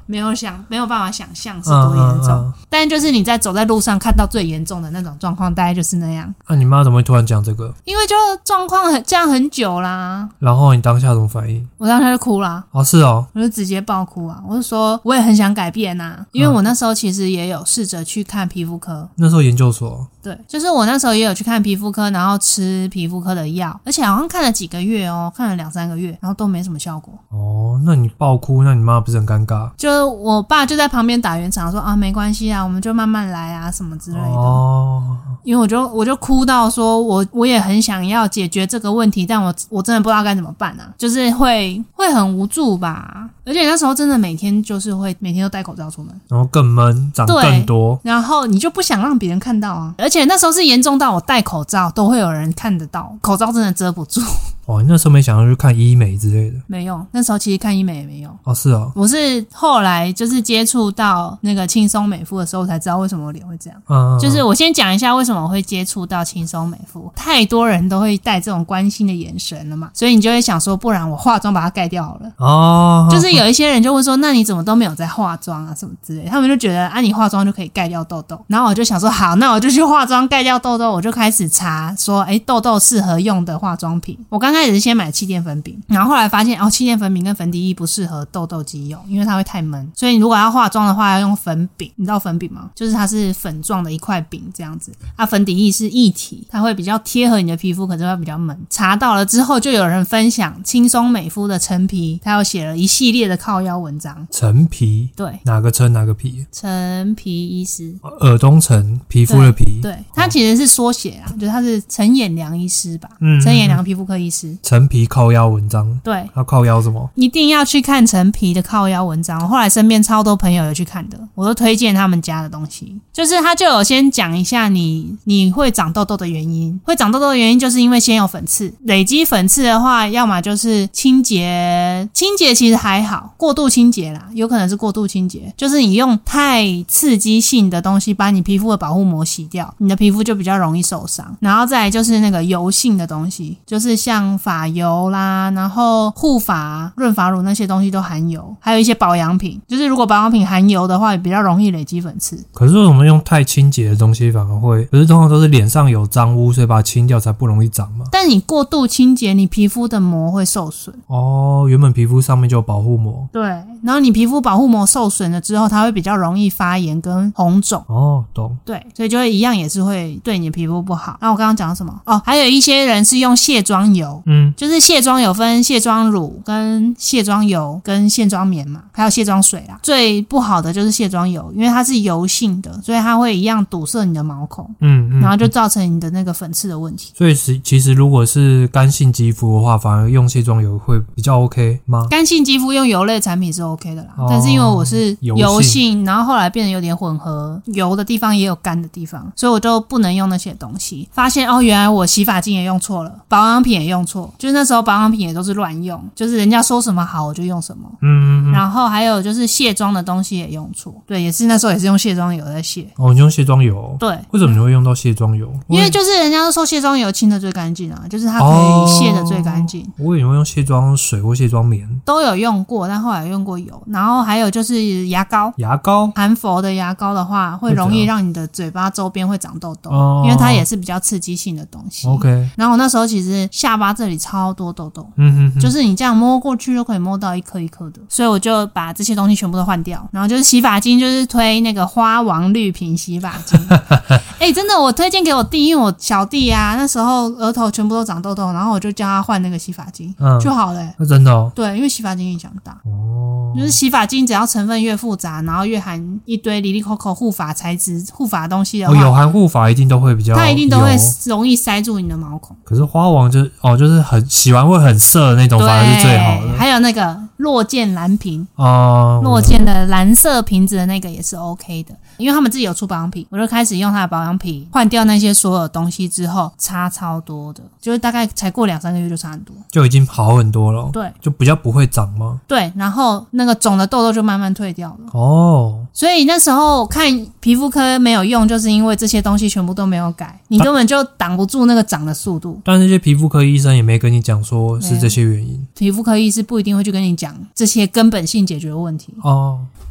没有办法想象是多严重。但就是你在走在路上看到最严重的那种状况，大概就是那样。 你妈怎么会突然讲这个？ 因为就状况这样很久啦。 然后你当下怎么反应？ 我当下就哭啦。 是哦， 我就直接爆哭啊！我就说我也很想改变啊，因为我那时候其实也有试着去看皮肤科。 那时候研究所。 对，就是我那时候也有去看皮肤科，然后吃皮肤科的药，而且好像看了几个月哦，看了2-3个月，然后都没什么效果。 那你爆哭，那你妈不是很尴尬？ 就我爸就在旁边打圆场说没关系啊，我们就慢慢来啊什么之类的。因为我就哭到说我也很想要解决这个问题，但我真的不知道该怎么办啊，就是会很无助吧。而且那时候真的每天都戴口罩出门， 然后更闷，长更多， 然后你就不想让别人看到啊。而且那时候是严重到我戴口罩都会有人看得到，口罩真的遮不住。 你那时候没想要去看医美之类的？ 没有，那时候其实看医美也没有。 是哦， 我是后来就是接触到那个轻松美肤的时候才知道为什么我脸会这样。就是我先讲一下为什么我会接触到轻松美肤，太多人都会带这种关心的眼神了嘛，所以你就会想说，不然我化妆把它盖掉好了。就是有一些人就会说，那你怎么都没有在化妆啊什么之类的，他们就觉得你化妆就可以盖掉痘痘。然后我就想说，好，那我就去化妆盖掉痘痘。我就开始查说痘痘适合用的化妆品。我刚开始是先买气垫粉饼，然后后来发现气垫粉饼跟粉底液不适合痘痘肌用，因为它会太闷，所以你如果要化妆的话要用粉饼。你知道粉饼吗？就是它是粉状的一块饼这样子。粉底液是液体，它会比较贴合你的皮肤，可是会比较闷。查到了之后就有人分享轻松美肤的陈皮，他有写了一系列的靠腰文章。 陈皮？ 对， 哪个陈哪个皮？ 陈皮医师， 耳东陈，皮肤的皮。 对，他其实是缩写啦，就是他是陈衍良医师吧。陈衍良皮肤科医师。 陈皮靠腰文章。 对， 他靠腰什么？ 一定要去看陈皮的靠腰文章。后来身边超多朋友有去看的，我都推荐他们家的东西。就是他就有先讲一下你会长痘痘的原因。会长痘痘的原因就是因为先有粉刺，累积粉刺的话，要么就是清洁其实还好，过度清洁啦，有可能是过度清洁，就是你用太刺激性的东西把你皮肤的保护膜洗掉，你的皮肤就比较容易受伤。然后再来就是那个油性的东西，就是像发油啦，然后护发、润发乳那些东西都含油，还有一些保养品，就是如果保养品含油的话，也比较容易累积粉刺。 可是我们用太清洁的东西反而会，不是通常都是脸上有脏污，所以把它清掉才不容易长吗？ 但你过度清洁，你皮肤的膜会受损。 原本皮肤上面就有保护膜。 对，然后你皮肤保护膜受损了之后，它会比较容易发炎跟红肿。 懂。 对，所以就会一样也是会对你的皮肤不好。那我刚刚讲什么？还有一些人是用卸妆油，就是卸妆油分卸妆乳跟卸妆油跟卸妆棉嘛，还有卸妆水啦。最不好的就是卸妆油，因为它是油性的，所以它会一样堵塞你的毛孔，然后就造成你的那个粉刺的问题。 所以其实如果是干性肌肤的话，反而用卸妆油会比较 OK 吗？ 干性肌肤用油类产品是 OK 的啦，但是因为我是油性，然后后来变得有点混合，油的地方也有干的地方，所以我就不能用那些东西。发现原来我洗发精也用错了，保养品也用错，就是那时候保养品也都是乱用，就是人家说什么好我就用什么。然后还有就是卸妆的东西也用错，对，也是那时候也是用卸妆油在卸。 你用卸妆油？ 对。 为什么你会用到卸妆油？ 因为就是人家都说卸妆油清的最干净啊，就是它可以卸的最干净。 我以为用卸妆水或卸妆棉都有用过，但后来用过油。然后还有就是牙膏，含氟的牙膏的话会容易让你的嘴巴周边会长痘痘，因为它也是比较刺激性的东西。 OK。 然后我那时候其实下巴这里超多痘痘，就是你这样摸过去就可以摸到一颗一颗的，所以我就把这些东西全部都换掉。然后就是洗发精，就是推那个花王绿瓶洗发精。真的我推荐给我弟，因为我小弟啊那时候额头全部都长痘痘，然后我就叫他换那个洗发精就好了。 真的对，因为洗发精影响大。就是洗发精只要成分越复杂，然后越含一堆里里扣扣护发材质、护发东西的话， 有含护发一定都会比较， 它一定都会容易塞住你的毛孔。 可是花王就是很洗完会很涩的那种，反而是最好的。 还有那个落健蓝瓶落健的蓝色瓶子的那个也是 OK 的，因为他们自己有出保养品，我就开始用它的保养品，换掉那些所有东西之后，差超多的，就是大概才过2-3个月就差很多， 就已经好很多了。 对， 就比较不会长吗？ 对，然后那个肿的痘痘就慢慢退掉了。所以那时候看皮肤科没有用，就是因为这些东西全部都没有改，你根本就挡不住那个长的速度。 但那些皮肤科医生也没跟你讲说是这些原因， 皮肤科医师不一定会去跟你讲这些根本性解决问题。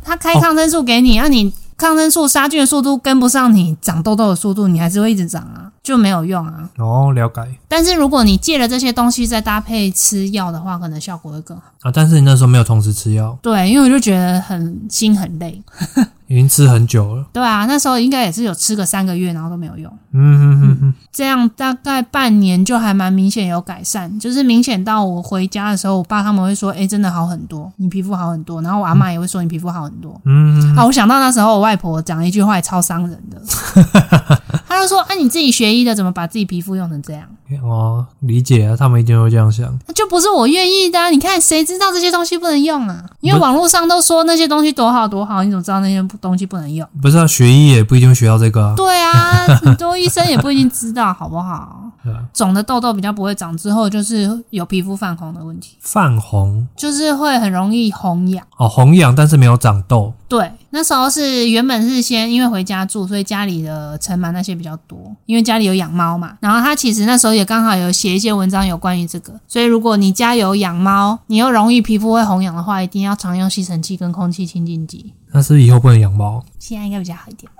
他开抗生素给你，你抗生素杀菌的速度跟不上你长痘痘的速度，你还是会一直长啊，就没有用啊。 哦，了解。 但是如果你戒了这些东西再搭配吃药的话，可能效果会更好啊。但是你那时候没有同时吃药？ 对，因为我就觉得很心很累。 已经吃很久了。 对啊，那时候应该也是有吃个3个月，然后都没有用。这样大概半年就还蛮明显有改善，就是明显到我回家的时候，我爸他们会说真的好很多，你皮肤好很多，然后我阿嬷也会说你皮肤好很多。我想到那时候我外婆讲一句话也超伤人的。他就说你自己学医的怎么把自己皮肤用成这样？ 哦，理解啊，他们一定会这样想。 那就不是我愿意的啊，你看谁知道这些东西不能用啊？因为网络上都说那些东西多好多好，你怎么知道那些东西不能用？ 不是啊，学医也不一定会学到这个啊。 对啊，很多医生也不一定知道好不好？肿的痘痘比较不会长，之后就是有皮肤泛红的问题。 泛红就是会很容易红痒。 哦，红痒但是没有长痘。 对，那时候是原本是先因为回家住，所以家里的尘螨那些比较多，因为家里有养猫嘛。然后他其实那时候也刚好有写一些文章有关于这个，所以如果你家有养猫，你又容易皮肤会红痒的话，一定要常用吸尘器跟空气清净机。 那是不是以后不能养猫？ 现在应该比较好一点。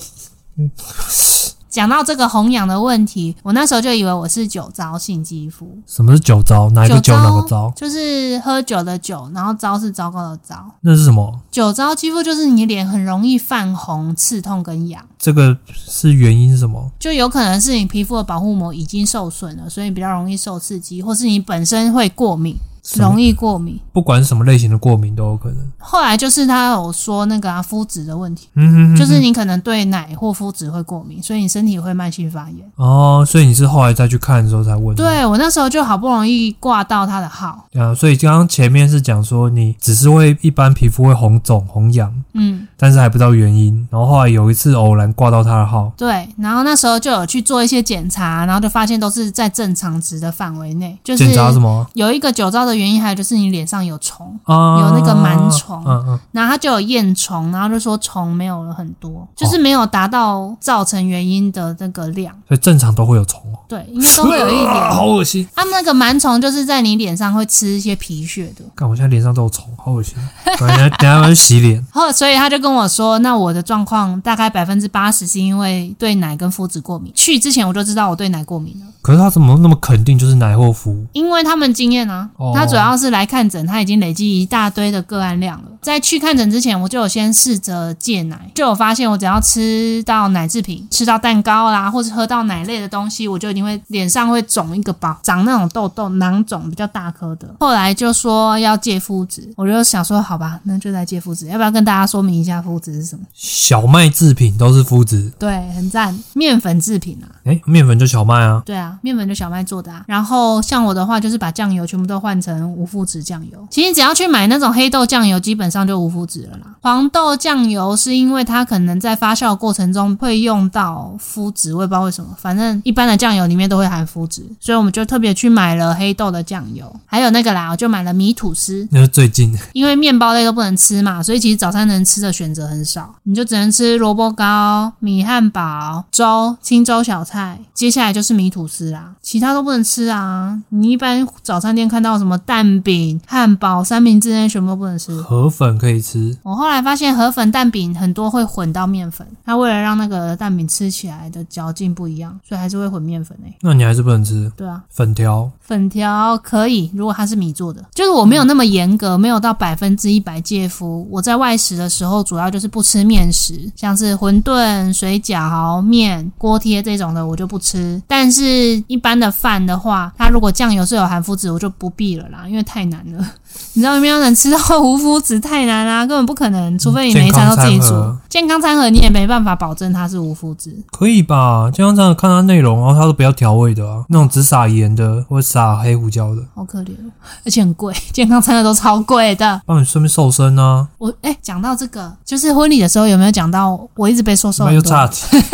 讲到这个红痒的问题，我那时候就以为我是酒糟性肌肤。 什么是酒糟？哪一个酒哪个糟？ 就是喝酒的酒，然后糟是糟糕的糟。 那是什么？ 酒糟肌肤就是你脸很容易泛红、刺痛跟痒。 这个是原因是什么？ 就有可能是你皮肤的保护膜已经受损了，所以比较容易受刺激，或是你本身会过敏。容易过敏， 不管什么类型的过敏都有可能。 后来就是他有说那个肤质的问题，就是你可能对奶或肤质会过敏，所以你身体会慢性发炎。 哦，所以你是后来再去看的时候才问的？ 对，我那时候就好不容易挂到他的号。 所以刚刚前面是讲说你只是会一般皮肤会红肿红痒，但是还不知道原因，然后后来有一次偶然挂到他的号。 对，然后那时候就有去做一些检查，然后就发现都是在正常值的范围内。就是检查什么？ 有一个酒糟的原因，还有就是你脸上有虫，有那个螨虫，然后他就有验虫，然后就说虫没有了很多，就是没有达到造成原因的那个量。 所以正常都会有虫。 对，应该都会有一点。 好恶心。 他们那个螨虫就是在你脸上会吃一些皮屑的。 干，我现在脸上都有虫，好恶心。等一下要去洗脸。 所以他就跟我说，那我的状况大概80%是因为对奶跟肤质过敏。去之前我就知道我对奶过敏了。 可是他怎么那么肯定就是奶或肤？ 因为他们经验啊，他主要是来看诊，他已经累积一大堆的个案量了。在去看诊之前，我就有先试着戒奶，就有发现我只要吃到奶制品，吃到蛋糕啦，或是喝到奶类的东西，我就一定会脸上会肿一个包，长那种痘痘、囊肿比较大颗的。后来就说要戒麸质，我就想说好吧，那就来戒麸质。要不要跟大家说明一下麸质是什么？ 小麦制品都是麸质。 对，很赞。面粉制品啊。 面粉就小麦啊。 对啊，面粉就小麦做的啊。然后像我的话，就是把酱油全部都换成无麸质酱油。其实只要去买那种黑豆酱油，基本上就无麸质了啦。黄豆酱油是因为它可能在发酵的过程中会用到麸质，我也不知道为什么，反正一般的酱油里面都会含麸质，所以我们就特别去买了黑豆的酱油。还有那个啦，我就买了米吐司， 那是最近的。 因为面包类都不能吃嘛，所以其实早餐能吃的选择很少，你就只能吃萝卜糕、米汉堡、粥、清粥小菜，接下来就是米吐司啦，其他都不能吃啊。你一般早餐店看到什么蛋饼、汉堡、三明治那些全部都不能吃。 河粉可以吃。 我后来发现河粉蛋饼很多会混到面粉，它为了让那个蛋饼吃起来的嚼劲不一样，所以还是会混面粉那你还是不能吃。 对啊， 粉条可以，如果它是米做的。就是我没有那么严格，没有到100%戒麸。我在外食的时候主要就是不吃面食，像是馄饨、水饺、面、锅贴这种的我就不吃。但是一般的饭的话，它如果酱油是有含麸质，我就不必了啦，因为太难了。你知道有没有人吃到无麸质？太难啦，根本不可能，除非你每一餐都自己煮。健康餐盒你也没办法保证它是无麸质。 可以吧？健康餐盒看它内容，然后它都不要调味的啊，那种只撒盐的或撒黑胡椒的。 好可怜哦，而且很贵，健康餐盒都超贵的。 帮你顺便瘦身啊。讲到这个，就是婚礼的时候有没有讲到我一直被说瘦很多？ 没有岔题。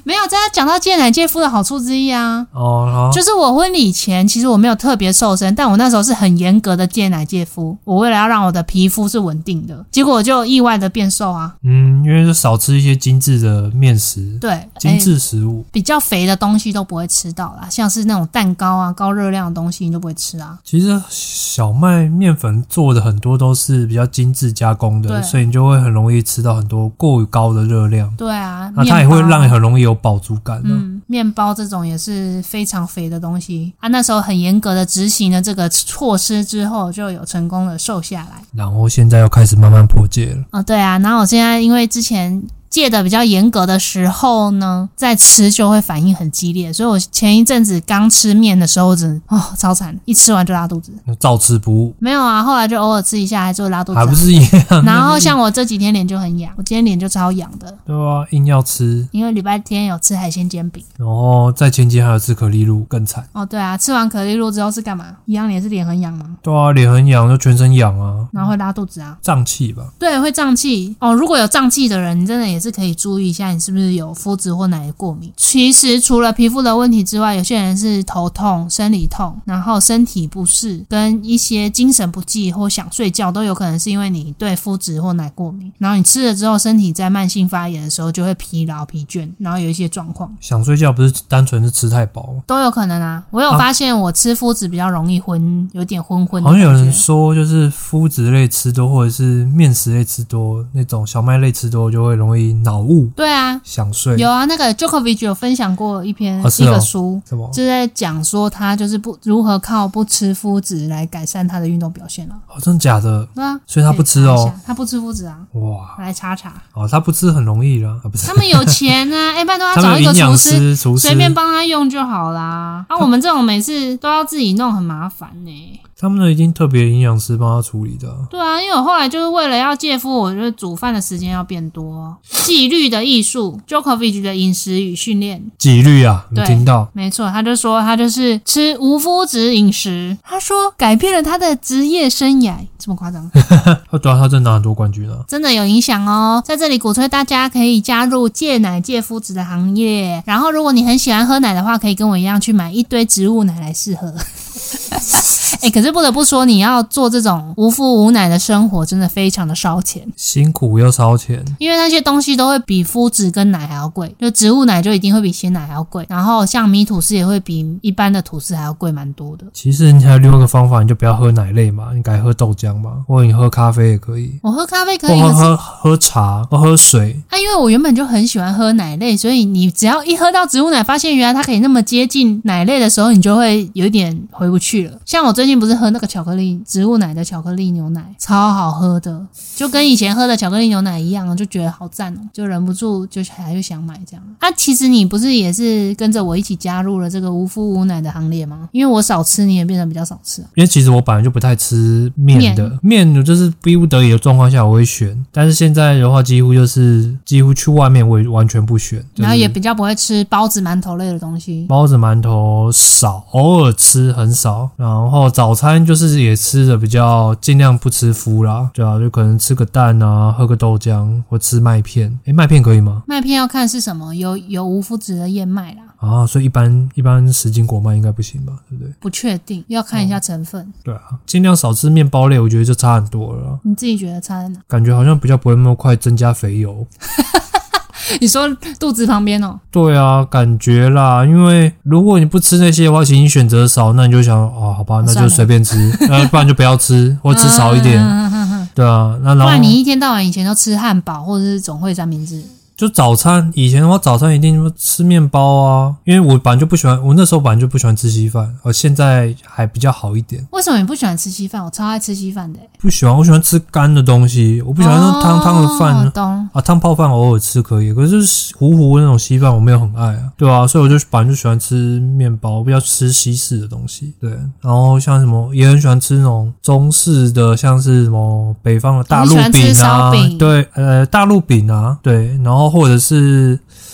没有，这讲到戒奶戒肤的好处之一啊。 哦， 就是我婚礼前，其实我没有特别瘦身，但我那时候是很严格的戒奶戒肤。我为了要让我的皮肤是稳定的，结果我就意外的变瘦啊。 因为就少吃一些精致的面食， 对， 精致食物， 比较肥的东西都不会吃到啦，像是那种蛋糕啊、高热量的东西你都不会吃啊。 其实小麦面粉做的很多都是比较精致加工的，所以你就会很容易吃到很多过高的热量。 对啊， 那它也会让你很容易有饱足感的。 面包这种也是非常肥的东西啊。那时候很严格的执行了这个措施之后，就有成功的瘦下来。 然后现在又开始慢慢破戒了。 哦，对啊，然后我现在因为之前戒的比较严格的时候呢，再吃就会反应很激烈，所以我前一阵子刚吃面的时候真的超惨，一吃完就拉肚子。 照吃不误。 没有啊，后来就偶尔吃一下还是会拉肚子， 还不是一样。 然后像我这几天脸就很痒，我今天脸就超痒的。 对啊，硬要吃， 因为礼拜天有吃海鲜煎饼， 然后在前几天还有吃可丽露，更惨。 哦，对啊，吃完可丽露之后是干嘛？一样也是脸很痒吗？ 对啊，脸很痒，就全身痒啊， 然后会拉肚子啊， 胀气吧？ 对，会胀气哦。如果有胀气的人，你真的也是可以注意一下，你是不是有肤质或奶过敏。其实除了皮肤的问题之外，有些人是头痛、生理痛，然后身体不适，跟一些精神不济或想睡觉，都有可能是因为你对肤质或奶过敏。然后你吃了之后，身体在慢性发炎的时候就会疲劳、疲倦，然后有一些状况。 想睡觉不是单纯是吃太饱， 都有可能啊。我有发现我吃麸质比较容易昏，有点昏昏的。 好像有人说，就是麸质类吃多，或者是面食类吃多，那种小麦类吃多，就会容易脑雾。 对啊， 想睡。 有啊，那个 Djokovic 有分享过一篇、一个书，就是在讲说他就是如何靠不吃麸质来改善他的运动表现了。 哦，真的假的？ 对啊， 所以他不吃哦， 他不吃麸质啊。 哇， 来查查。 哦，他不吃很容易啦，不是？ 他们有钱啊，拜托他找一个厨师，随便帮他用就好啦。我们这种每次都要自己弄，很麻烦呢。 他们一定特别营养师帮他处理的。 对啊，因为我后来就是为了要戒肤，我觉得煮饭的时间要变多。纪律的艺术 Djokovic 的饮食与训练。 纪律啊，你听到？ 没错，他就说他就是吃无麸质饮食，他说改变了他的职业生涯，这么夸张？ 对啊，他真的拿很多冠军啊， 真的有影响哦。在这里鼓吹大家可以加入戒奶戒麸质的行业，然后如果你很喜欢喝奶的话，可以跟我一样去买一堆植物奶来试喝。可是不得不说，你要做这种无麸无奶的生活，真的非常的烧钱， 辛苦又烧钱。 因为那些东西都会比麸质跟奶还要贵，就植物奶就一定会比鲜奶还要贵，然后像米吐司也会比一般的吐司还要贵蛮多的。 其实你还有另外一个方法，你就不要喝奶类嘛，你改喝豆浆嘛，或者你喝咖啡也可以。 我喝咖啡可以， 或喝茶，或喝水。 因为我原本就很喜欢喝奶类，所以你只要一喝到植物奶，发现原来它可以那么接近奶类的时候，你就会有一点回不去了。像我最近不是喝那个植物奶的巧克力牛奶，超好喝的，就跟以前喝的巧克力牛奶一样，就觉得好赞哦，就忍不住就还是想买这样。其实你不是也是跟着我一起加入了这个无麸无奶的行列吗？因为我少吃，你也变得比较少吃啊。 因为其实我本来就不太吃面的，面就是逼不得已的状况下我会选，但是现在的话几乎去外面我也完全不选， 然后也比较不会吃包子馒头类的东西， 包子馒头少，偶尔吃很少，然后早餐就是也吃的比较尽量不吃麸啦，对啊，就可能吃个蛋啊，喝个豆浆或吃麦片。麦片可以吗？ 麦片要看是什么，有无麸质的燕麦啦。 所以一般什锦果麦应该不行吧，对不对？ 不确定，要看一下成分。 对啊，尽量少吃面包类，我觉得就差很多了啦。 你自己觉得差在哪？ 感觉好像比较不会那么快增加肥油。 你说肚子旁边哦？ 对啊，感觉啦，因为如果你不吃那些的话，其实你选择少，那你就想好吧，那就随便吃，不然就不要吃，或吃少一点。对啊，那然后不然你一天到晚以前都吃汉堡或者是总会三明治。 就早餐，以前的话早餐一定吃面包啊，因为我本来就不喜欢，我那时候本来就不喜欢吃稀饭，现在还比较好一点。 为什么你不喜欢吃稀饭？我超爱吃稀饭的。 不喜欢，我喜欢吃干的东西，我不喜欢那种汤的饭。汤泡饭偶尔吃可以，可是就是糊糊那种稀饭我没有很爱啊，对啊，所以我就本来就喜欢吃面包，比较吃西式的东西。对，然后像什么也很喜欢吃那种中式的，像是什么北方的大陆饼啊，对，大陆饼啊，对，然后或者是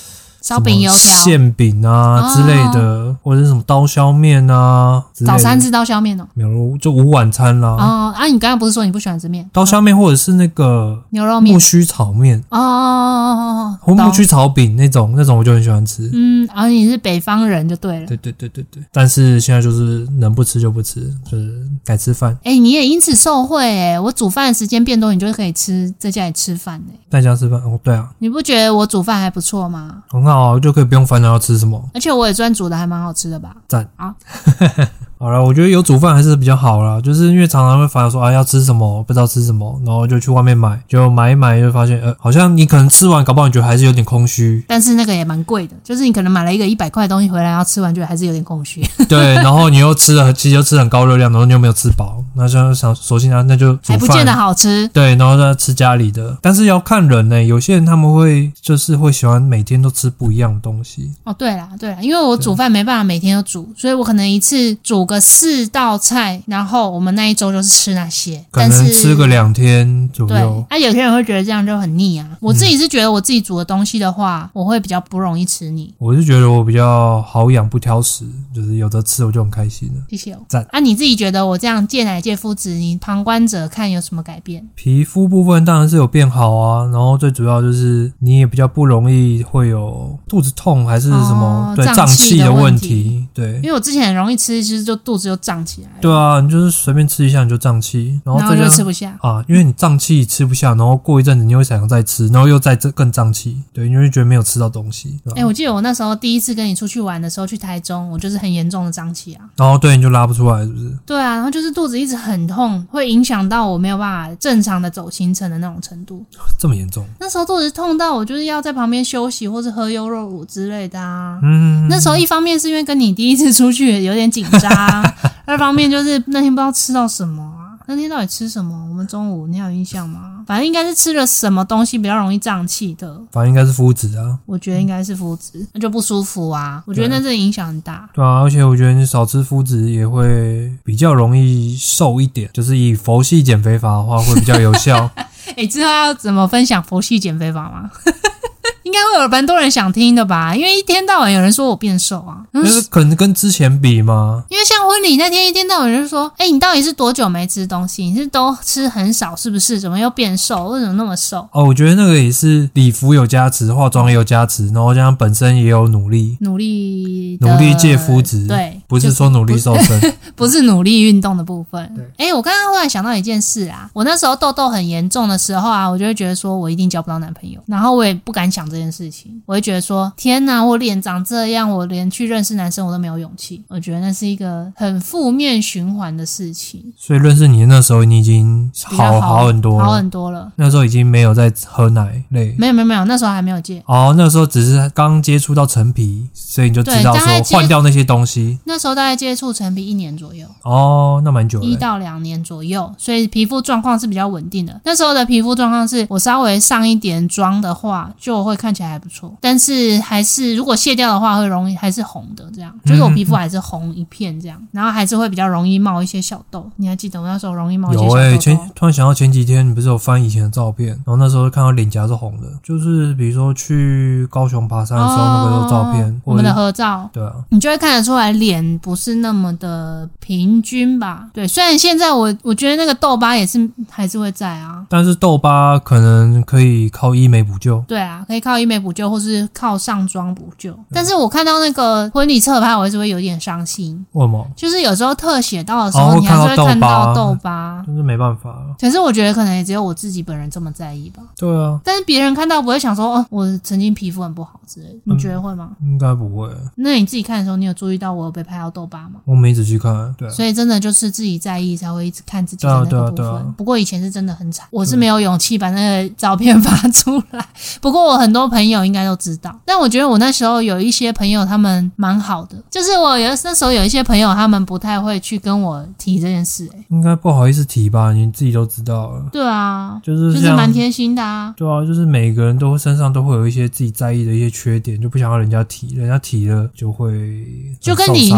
烧饼油条馅饼啊之类的，或者是什么刀削面啊之类的。 早餐吃刀削面哦？ 没有，就午晚餐啦。 你刚刚不是说你不喜欢吃面？ 刀削面或者是那个牛肉面、 木须炒面或木须炒饼那种我就很喜欢吃。 你是北方人就对了。 对。但是现在就是能不吃就不吃，就是改吃饭。 你也因此受惠我煮饭的时间变多，你就可以在家里吃饭在家吃饭对啊。 你不觉得我煮饭还不错吗？ 很好啊，就可以不用烦恼要吃什么。 而且我也算煮的还蛮好吃的吧。 赞啊。 好啦，我觉得有煮饭还是比较好啦，就是因为常常会烦恼说要吃什么，不知道吃什么，然后就去外面买，就买一买就发现好像你可能吃完搞不好你觉得还是有点空虚， 但是那个也蛮贵的，就是你可能买了一个100块的东西回来，然后吃完觉得还是有点空虚。 对，然后你又其实又吃很高热量，然后你又没有吃饱，那就想索性那就煮饭， 还不见得好吃。 对，然后再吃家里的，但是要看人有些人他们会喜欢每天都吃不一样的东西。 对啦，因为我煮饭没办法每天都煮，所以我可能一次煮个4道菜，然后我们那一周就是吃那些， 可能吃个2天左右。 对，有些人会觉得这样就很腻啊。我自己是觉得我自己煮的东西的话，我会比较不容易吃腻。 我是觉得我比较好养不挑食，就是有得吃我就很开心了。 谢谢。 赞。 你自己觉得我这样戒奶戒麸质，你旁观者看有什么改变？ 皮肤部分当然是有变好啊，然后最主要就是你也比较不容易会有肚子痛还是什么对胀气的问题。对， 因为我之前很容易吃，其实就肚子就胀起来了。 对啊，你就是随便吃一下你就胀气，然后就吃不下啊，因为你胀气吃不下，然后过一阵子你会想要再吃，然后又再更胀气，对，你会觉得没有吃到东西。 我记得我那时候第一次跟你出去玩的时候，去台中，我就是很严重的胀气啊。 然后对，你就拉不出来是不是？对啊，然后就是肚子一直很痛，会影响到我没有办法正常的走行程的那种程度。 这么严重？ 那时候肚子痛到我就是要在旁边休息，或是喝优酪乳之类的啊。那时候一方面是因为跟你第一次出去有点紧张，二方面就是那天不知道吃到什么啊。那天到底吃什么？我们中午你还有印象吗？反正应该是吃了什么东西比较容易胀气的。 反正应该是麸质啊。 我觉得应该是麸质，那就不舒服啊。我觉得那真的影响很大。 对啊，而且我觉得你少吃麸质也会比较容易瘦一点，就是以佛系减肥法的话会比较有效。 之后要怎么分享佛系减肥法吗？应该会有蛮多人想听的吧，因为一天到晚有人说我变瘦啊， 就是可能跟之前比吗？ 因为像婚礼那天一天到晚就说你到底是多久没吃东西，你是都吃很少是不是，怎么又变瘦，为什么那么瘦？ 我觉得那个也是礼服有加持，化妆也有加持，然后这样本身也有努力戒麸质， 对， 不是说努力瘦身。 不是努力运动的部分。 对， 我刚刚忽然想到一件事啊，我那时候痘痘很严重的时候啊，我就会觉得说我一定交不到男朋友，然后我也不敢想这件事情，我会觉得说天哪，我脸长这样，我连去认识男生我都没有勇气。我觉得那是一个很负面循环的事情。 所以认识你那时候你已经好很多了， 好很多了。 那时候已经没有在喝奶类， 没有，那时候还没有戒。 那时候只是刚接触到陈皮，所以你就知道说换掉那些东西。 那时候大概接触陈皮1年左右。 那蛮久了，1 到2年左右，所以皮肤状况是比较稳定的。那时候的皮肤状况是我稍微上一点妆的话，就会看起来还不错，但是还是如果卸掉的话，会容易还是红的，这样就是我皮肤还是红一片这样，然后还是会比较容易冒一些小痘。你还记得我那时候容易冒一些小痘？ 突然想到前几天你不是有翻以前的照片，然后那时候看到脸颊是红的，就是比如说去高雄爬山的时候那个照片， 我们的合照， 对啊， 你就会看得出来脸不是那么的平均吧。对，虽然现在我觉得那个痘疤也是还是会在啊， 但是痘疤可能可以靠医美补救。 对啊，可以靠医美补救，或是靠上妆补救。但是我看到那个婚礼侧拍，我还是会有点伤心。 为什么？ 就是有时候特写到的时候，你还是会看到痘疤， 就是没办法。 可是我觉得可能也只有我自己本人这么在意吧。 对啊， 但是别人看到不会想说我曾经皮肤很不好之类的，你觉得会吗？ 应该不会。 那你自己看的时候，你有注意到我有被拍到痘疤吗？ 我没仔细看，对啊。 所以真的就是自己在意才会一直看自己的那个部分。不过以前是真的很惨，我是没有勇气把那个照片发出来。不过我很多朋友应该都知道，但我觉得我那时候有一些朋友他们蛮好的，就是那时候有一些朋友他们不太会去跟我提这件事。 应该不好意思提吧，你自己都知道了。 对啊， 就是蛮贴心的啊。 对啊，就是每个人都身上都会有一些自己在意的一些缺点，就不想要人家提，人家提了就会就跟你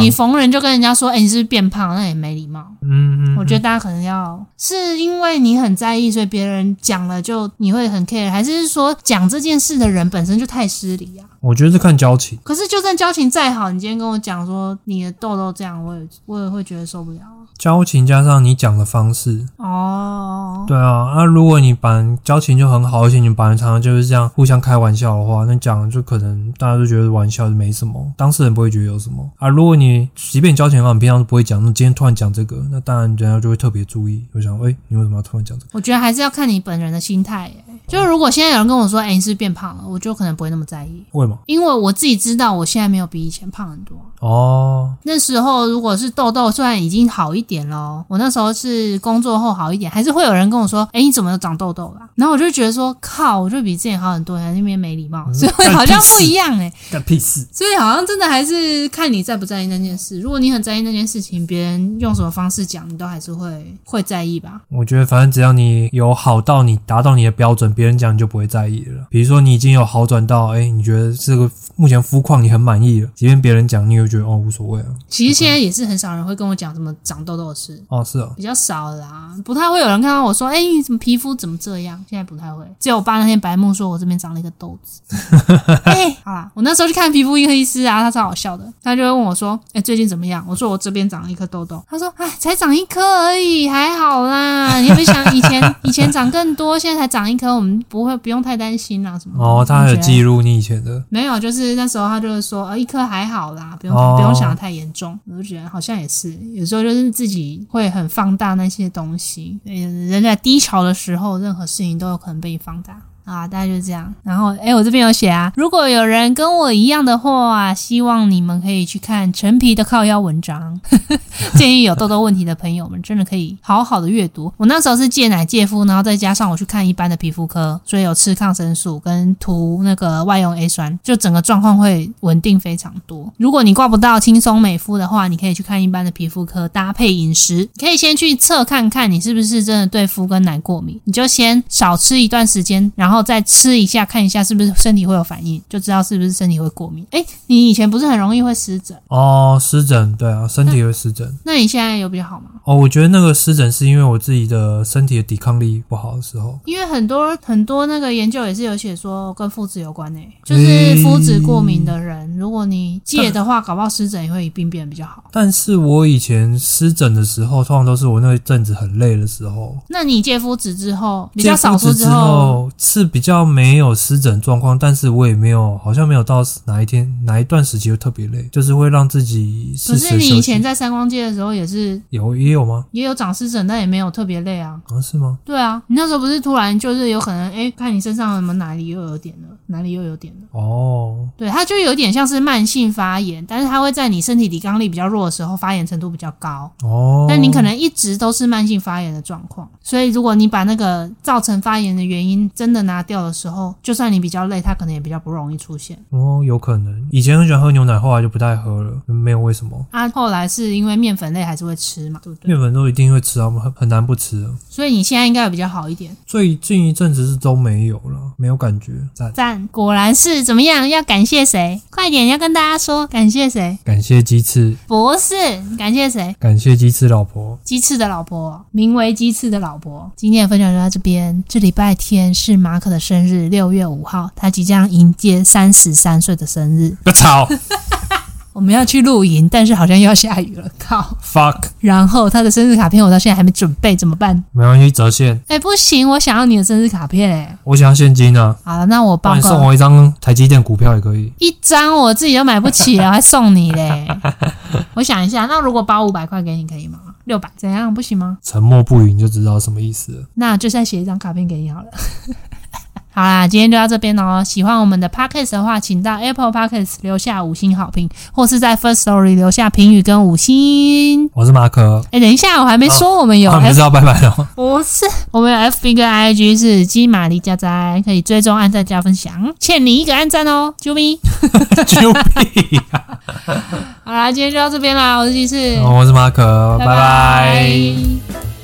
你逢人就跟人家说，你是不是变胖，那也没礼貌。我觉得大家可能是因为你很在意，所以别人讲了就你会很 care， 还是说讲这件事的人本身就太失礼啊？ 我觉得是看交情。 可是就算交情再好，你今天跟我讲说你的痘痘这样，我也会觉得受不了。 交情加上你讲的方式对啊，如果你交情就很好，而且你们常常就是这样互相开玩笑的话，那讲就可能大家都觉得玩笑没什么，当事人不会觉得有什么如果你即便交情好，你平常都不会讲，那今天突然讲这个，那当然人家就会特别注意，就想你为什么要突然讲这个？ 我觉得还是要看你本人的心态就如果现在有人跟我说你是不是变胖了，我就可能不会那么在意。 为什么？ 因为我自己知道我现在没有比以前胖很多那时候如果是痘痘虽然已经好一点咯，我那时候是工作后好一点，还是会有人跟我说你怎么有长痘痘啦？然后我就觉得说靠，我就比之前好很多，还在那边没礼貌，所以好像不一样干屁事。 所以好像真的还是看你在不在意那件事。如果你很在意那件事情，别人用什么方式讲，你都还是会在意吧。 我觉得反正只要你有好到你达到你的标准，别人讲你就不会在意了。比如说你已经有好转到你觉得这个目前肤况你很满意了，即便别人讲你会觉得无所谓其实现在也是很少人会跟我讲什么长痘痘的事是比较少啦，不太会有人看到我说你怎么皮肤怎么这样，现在不太会。只有我爸那天白目说我这边长了一个痘子好啦，我那时候去看皮肤医师他超好笑的，他就会问我说最近怎么样，我说我这边长了一颗痘痘，他说才长一颗而已，还好啦，你有没有想以前长更多，现在才长一颗，我们不用太担心啦什么他还有记录你以前的？ 没有，就是那时候他就是说一颗还好啦，不用想得太严重。我就觉得好像也是，有时候就是自己会很放大那些东西，人在低潮的时候，任何事情都有可能被放大。大概就是这样。然后我这边有写如果有人跟我一样的话希望你们可以去看陈皮的靠腰文章建议有痘痘问题的朋友们真的可以好好的阅读。我那时候是戒奶戒肤，然后再加上我去看一般的皮肤科，所以有吃抗生素跟涂那个外用 A 酸，就整个状况会稳定非常多。如果你挂不到轻松美肤的话，你可以去看一般的皮肤科，搭配饮食可以先去测看看你是不是真的对肤跟奶过敏，你就先少吃一段时间，然后再吃一下看一下是不是身体会有反应，就知道是不是身体会过敏。你以前不是很容易会湿疹湿疹，对啊，身体会湿疹。 那你现在有比较好吗？ 我觉得那个湿疹是因为我自己的身体的抵抗力不好的时候， 因为很多那个研究也是有写说跟肤质有关就是肤质过敏的人如果你戒的话，搞不好湿疹也会一并变得比较好。 但是我以前湿疹的时候通常都是我那阵子很累的时候。 那你戒肤质之后比较少出之后是比较没有湿疹状况，但是我也好像没有到哪一段时期会特别累，就是会让自己适时休息。 可是你以前在三光街的时候也是也有吗？ 也有长湿疹，但也没有特别累是吗？ 对啊，你那时候不是突然就是有可能看你身上什么哪里又有点了对，它就有点像是慢性发炎，但是它会在你身体抵抗力比较弱的时候发炎程度比较高但你可能一直都是慢性发炎的状况，所以如果你把那个造成发炎的原因真的拿掉的时候，就算你比较累，它可能也比较不容易出现有可能。以前很喜欢喝牛奶，后来就不太喝了，没有为什么后来是因为面粉类还是会吃嘛，对不对？ 面粉都一定会吃很难不吃所以你现在应该有比较好一点。 最近一阵子是都没有了，没有感觉。 赞，果然是。怎么样？要感谢谁？快点，要跟大家说感谢谁？ 感谢鸡翅。 不是，感谢谁？ 感谢鸡翅老婆。 鸡翅的老婆，名为鸡翅的老婆。今天的分享就到这边。这礼拜天是马可的生日，6月5号，他即将迎接33岁的生日。 不吵我们要去露营，但是好像又要下雨了，靠 fuck。 然后他的生日卡片我到现在还没准备，怎么办？ 没关系，折现。 不行，我想要你的生日卡片我想要现金啊。 好了，那我帮你送我一张台积电股票也可以。 一张我自己都买不起了还送你嘞我想一下，那如果包500块给你可以吗？600怎样？不行吗？ 沉默不语你就知道什么意思了。 那就再写一张卡片给你好了好啦，今天就到这边喜欢我们的 Podcast 的话，请到 Apple Podcast 留下5星好评，或是在 First Story 留下评语跟5星。 我是马可。 等一下，我还没说我们有你不是要拜拜了吗？ 不是，我们有 FB 跟 IG 是鸡玛丽家宅，可以追踪、按赞、加分享，欠你一个按赞啾咪啾咪好啦，今天就到这边啦，我是鸡翅， 我是马可，拜拜。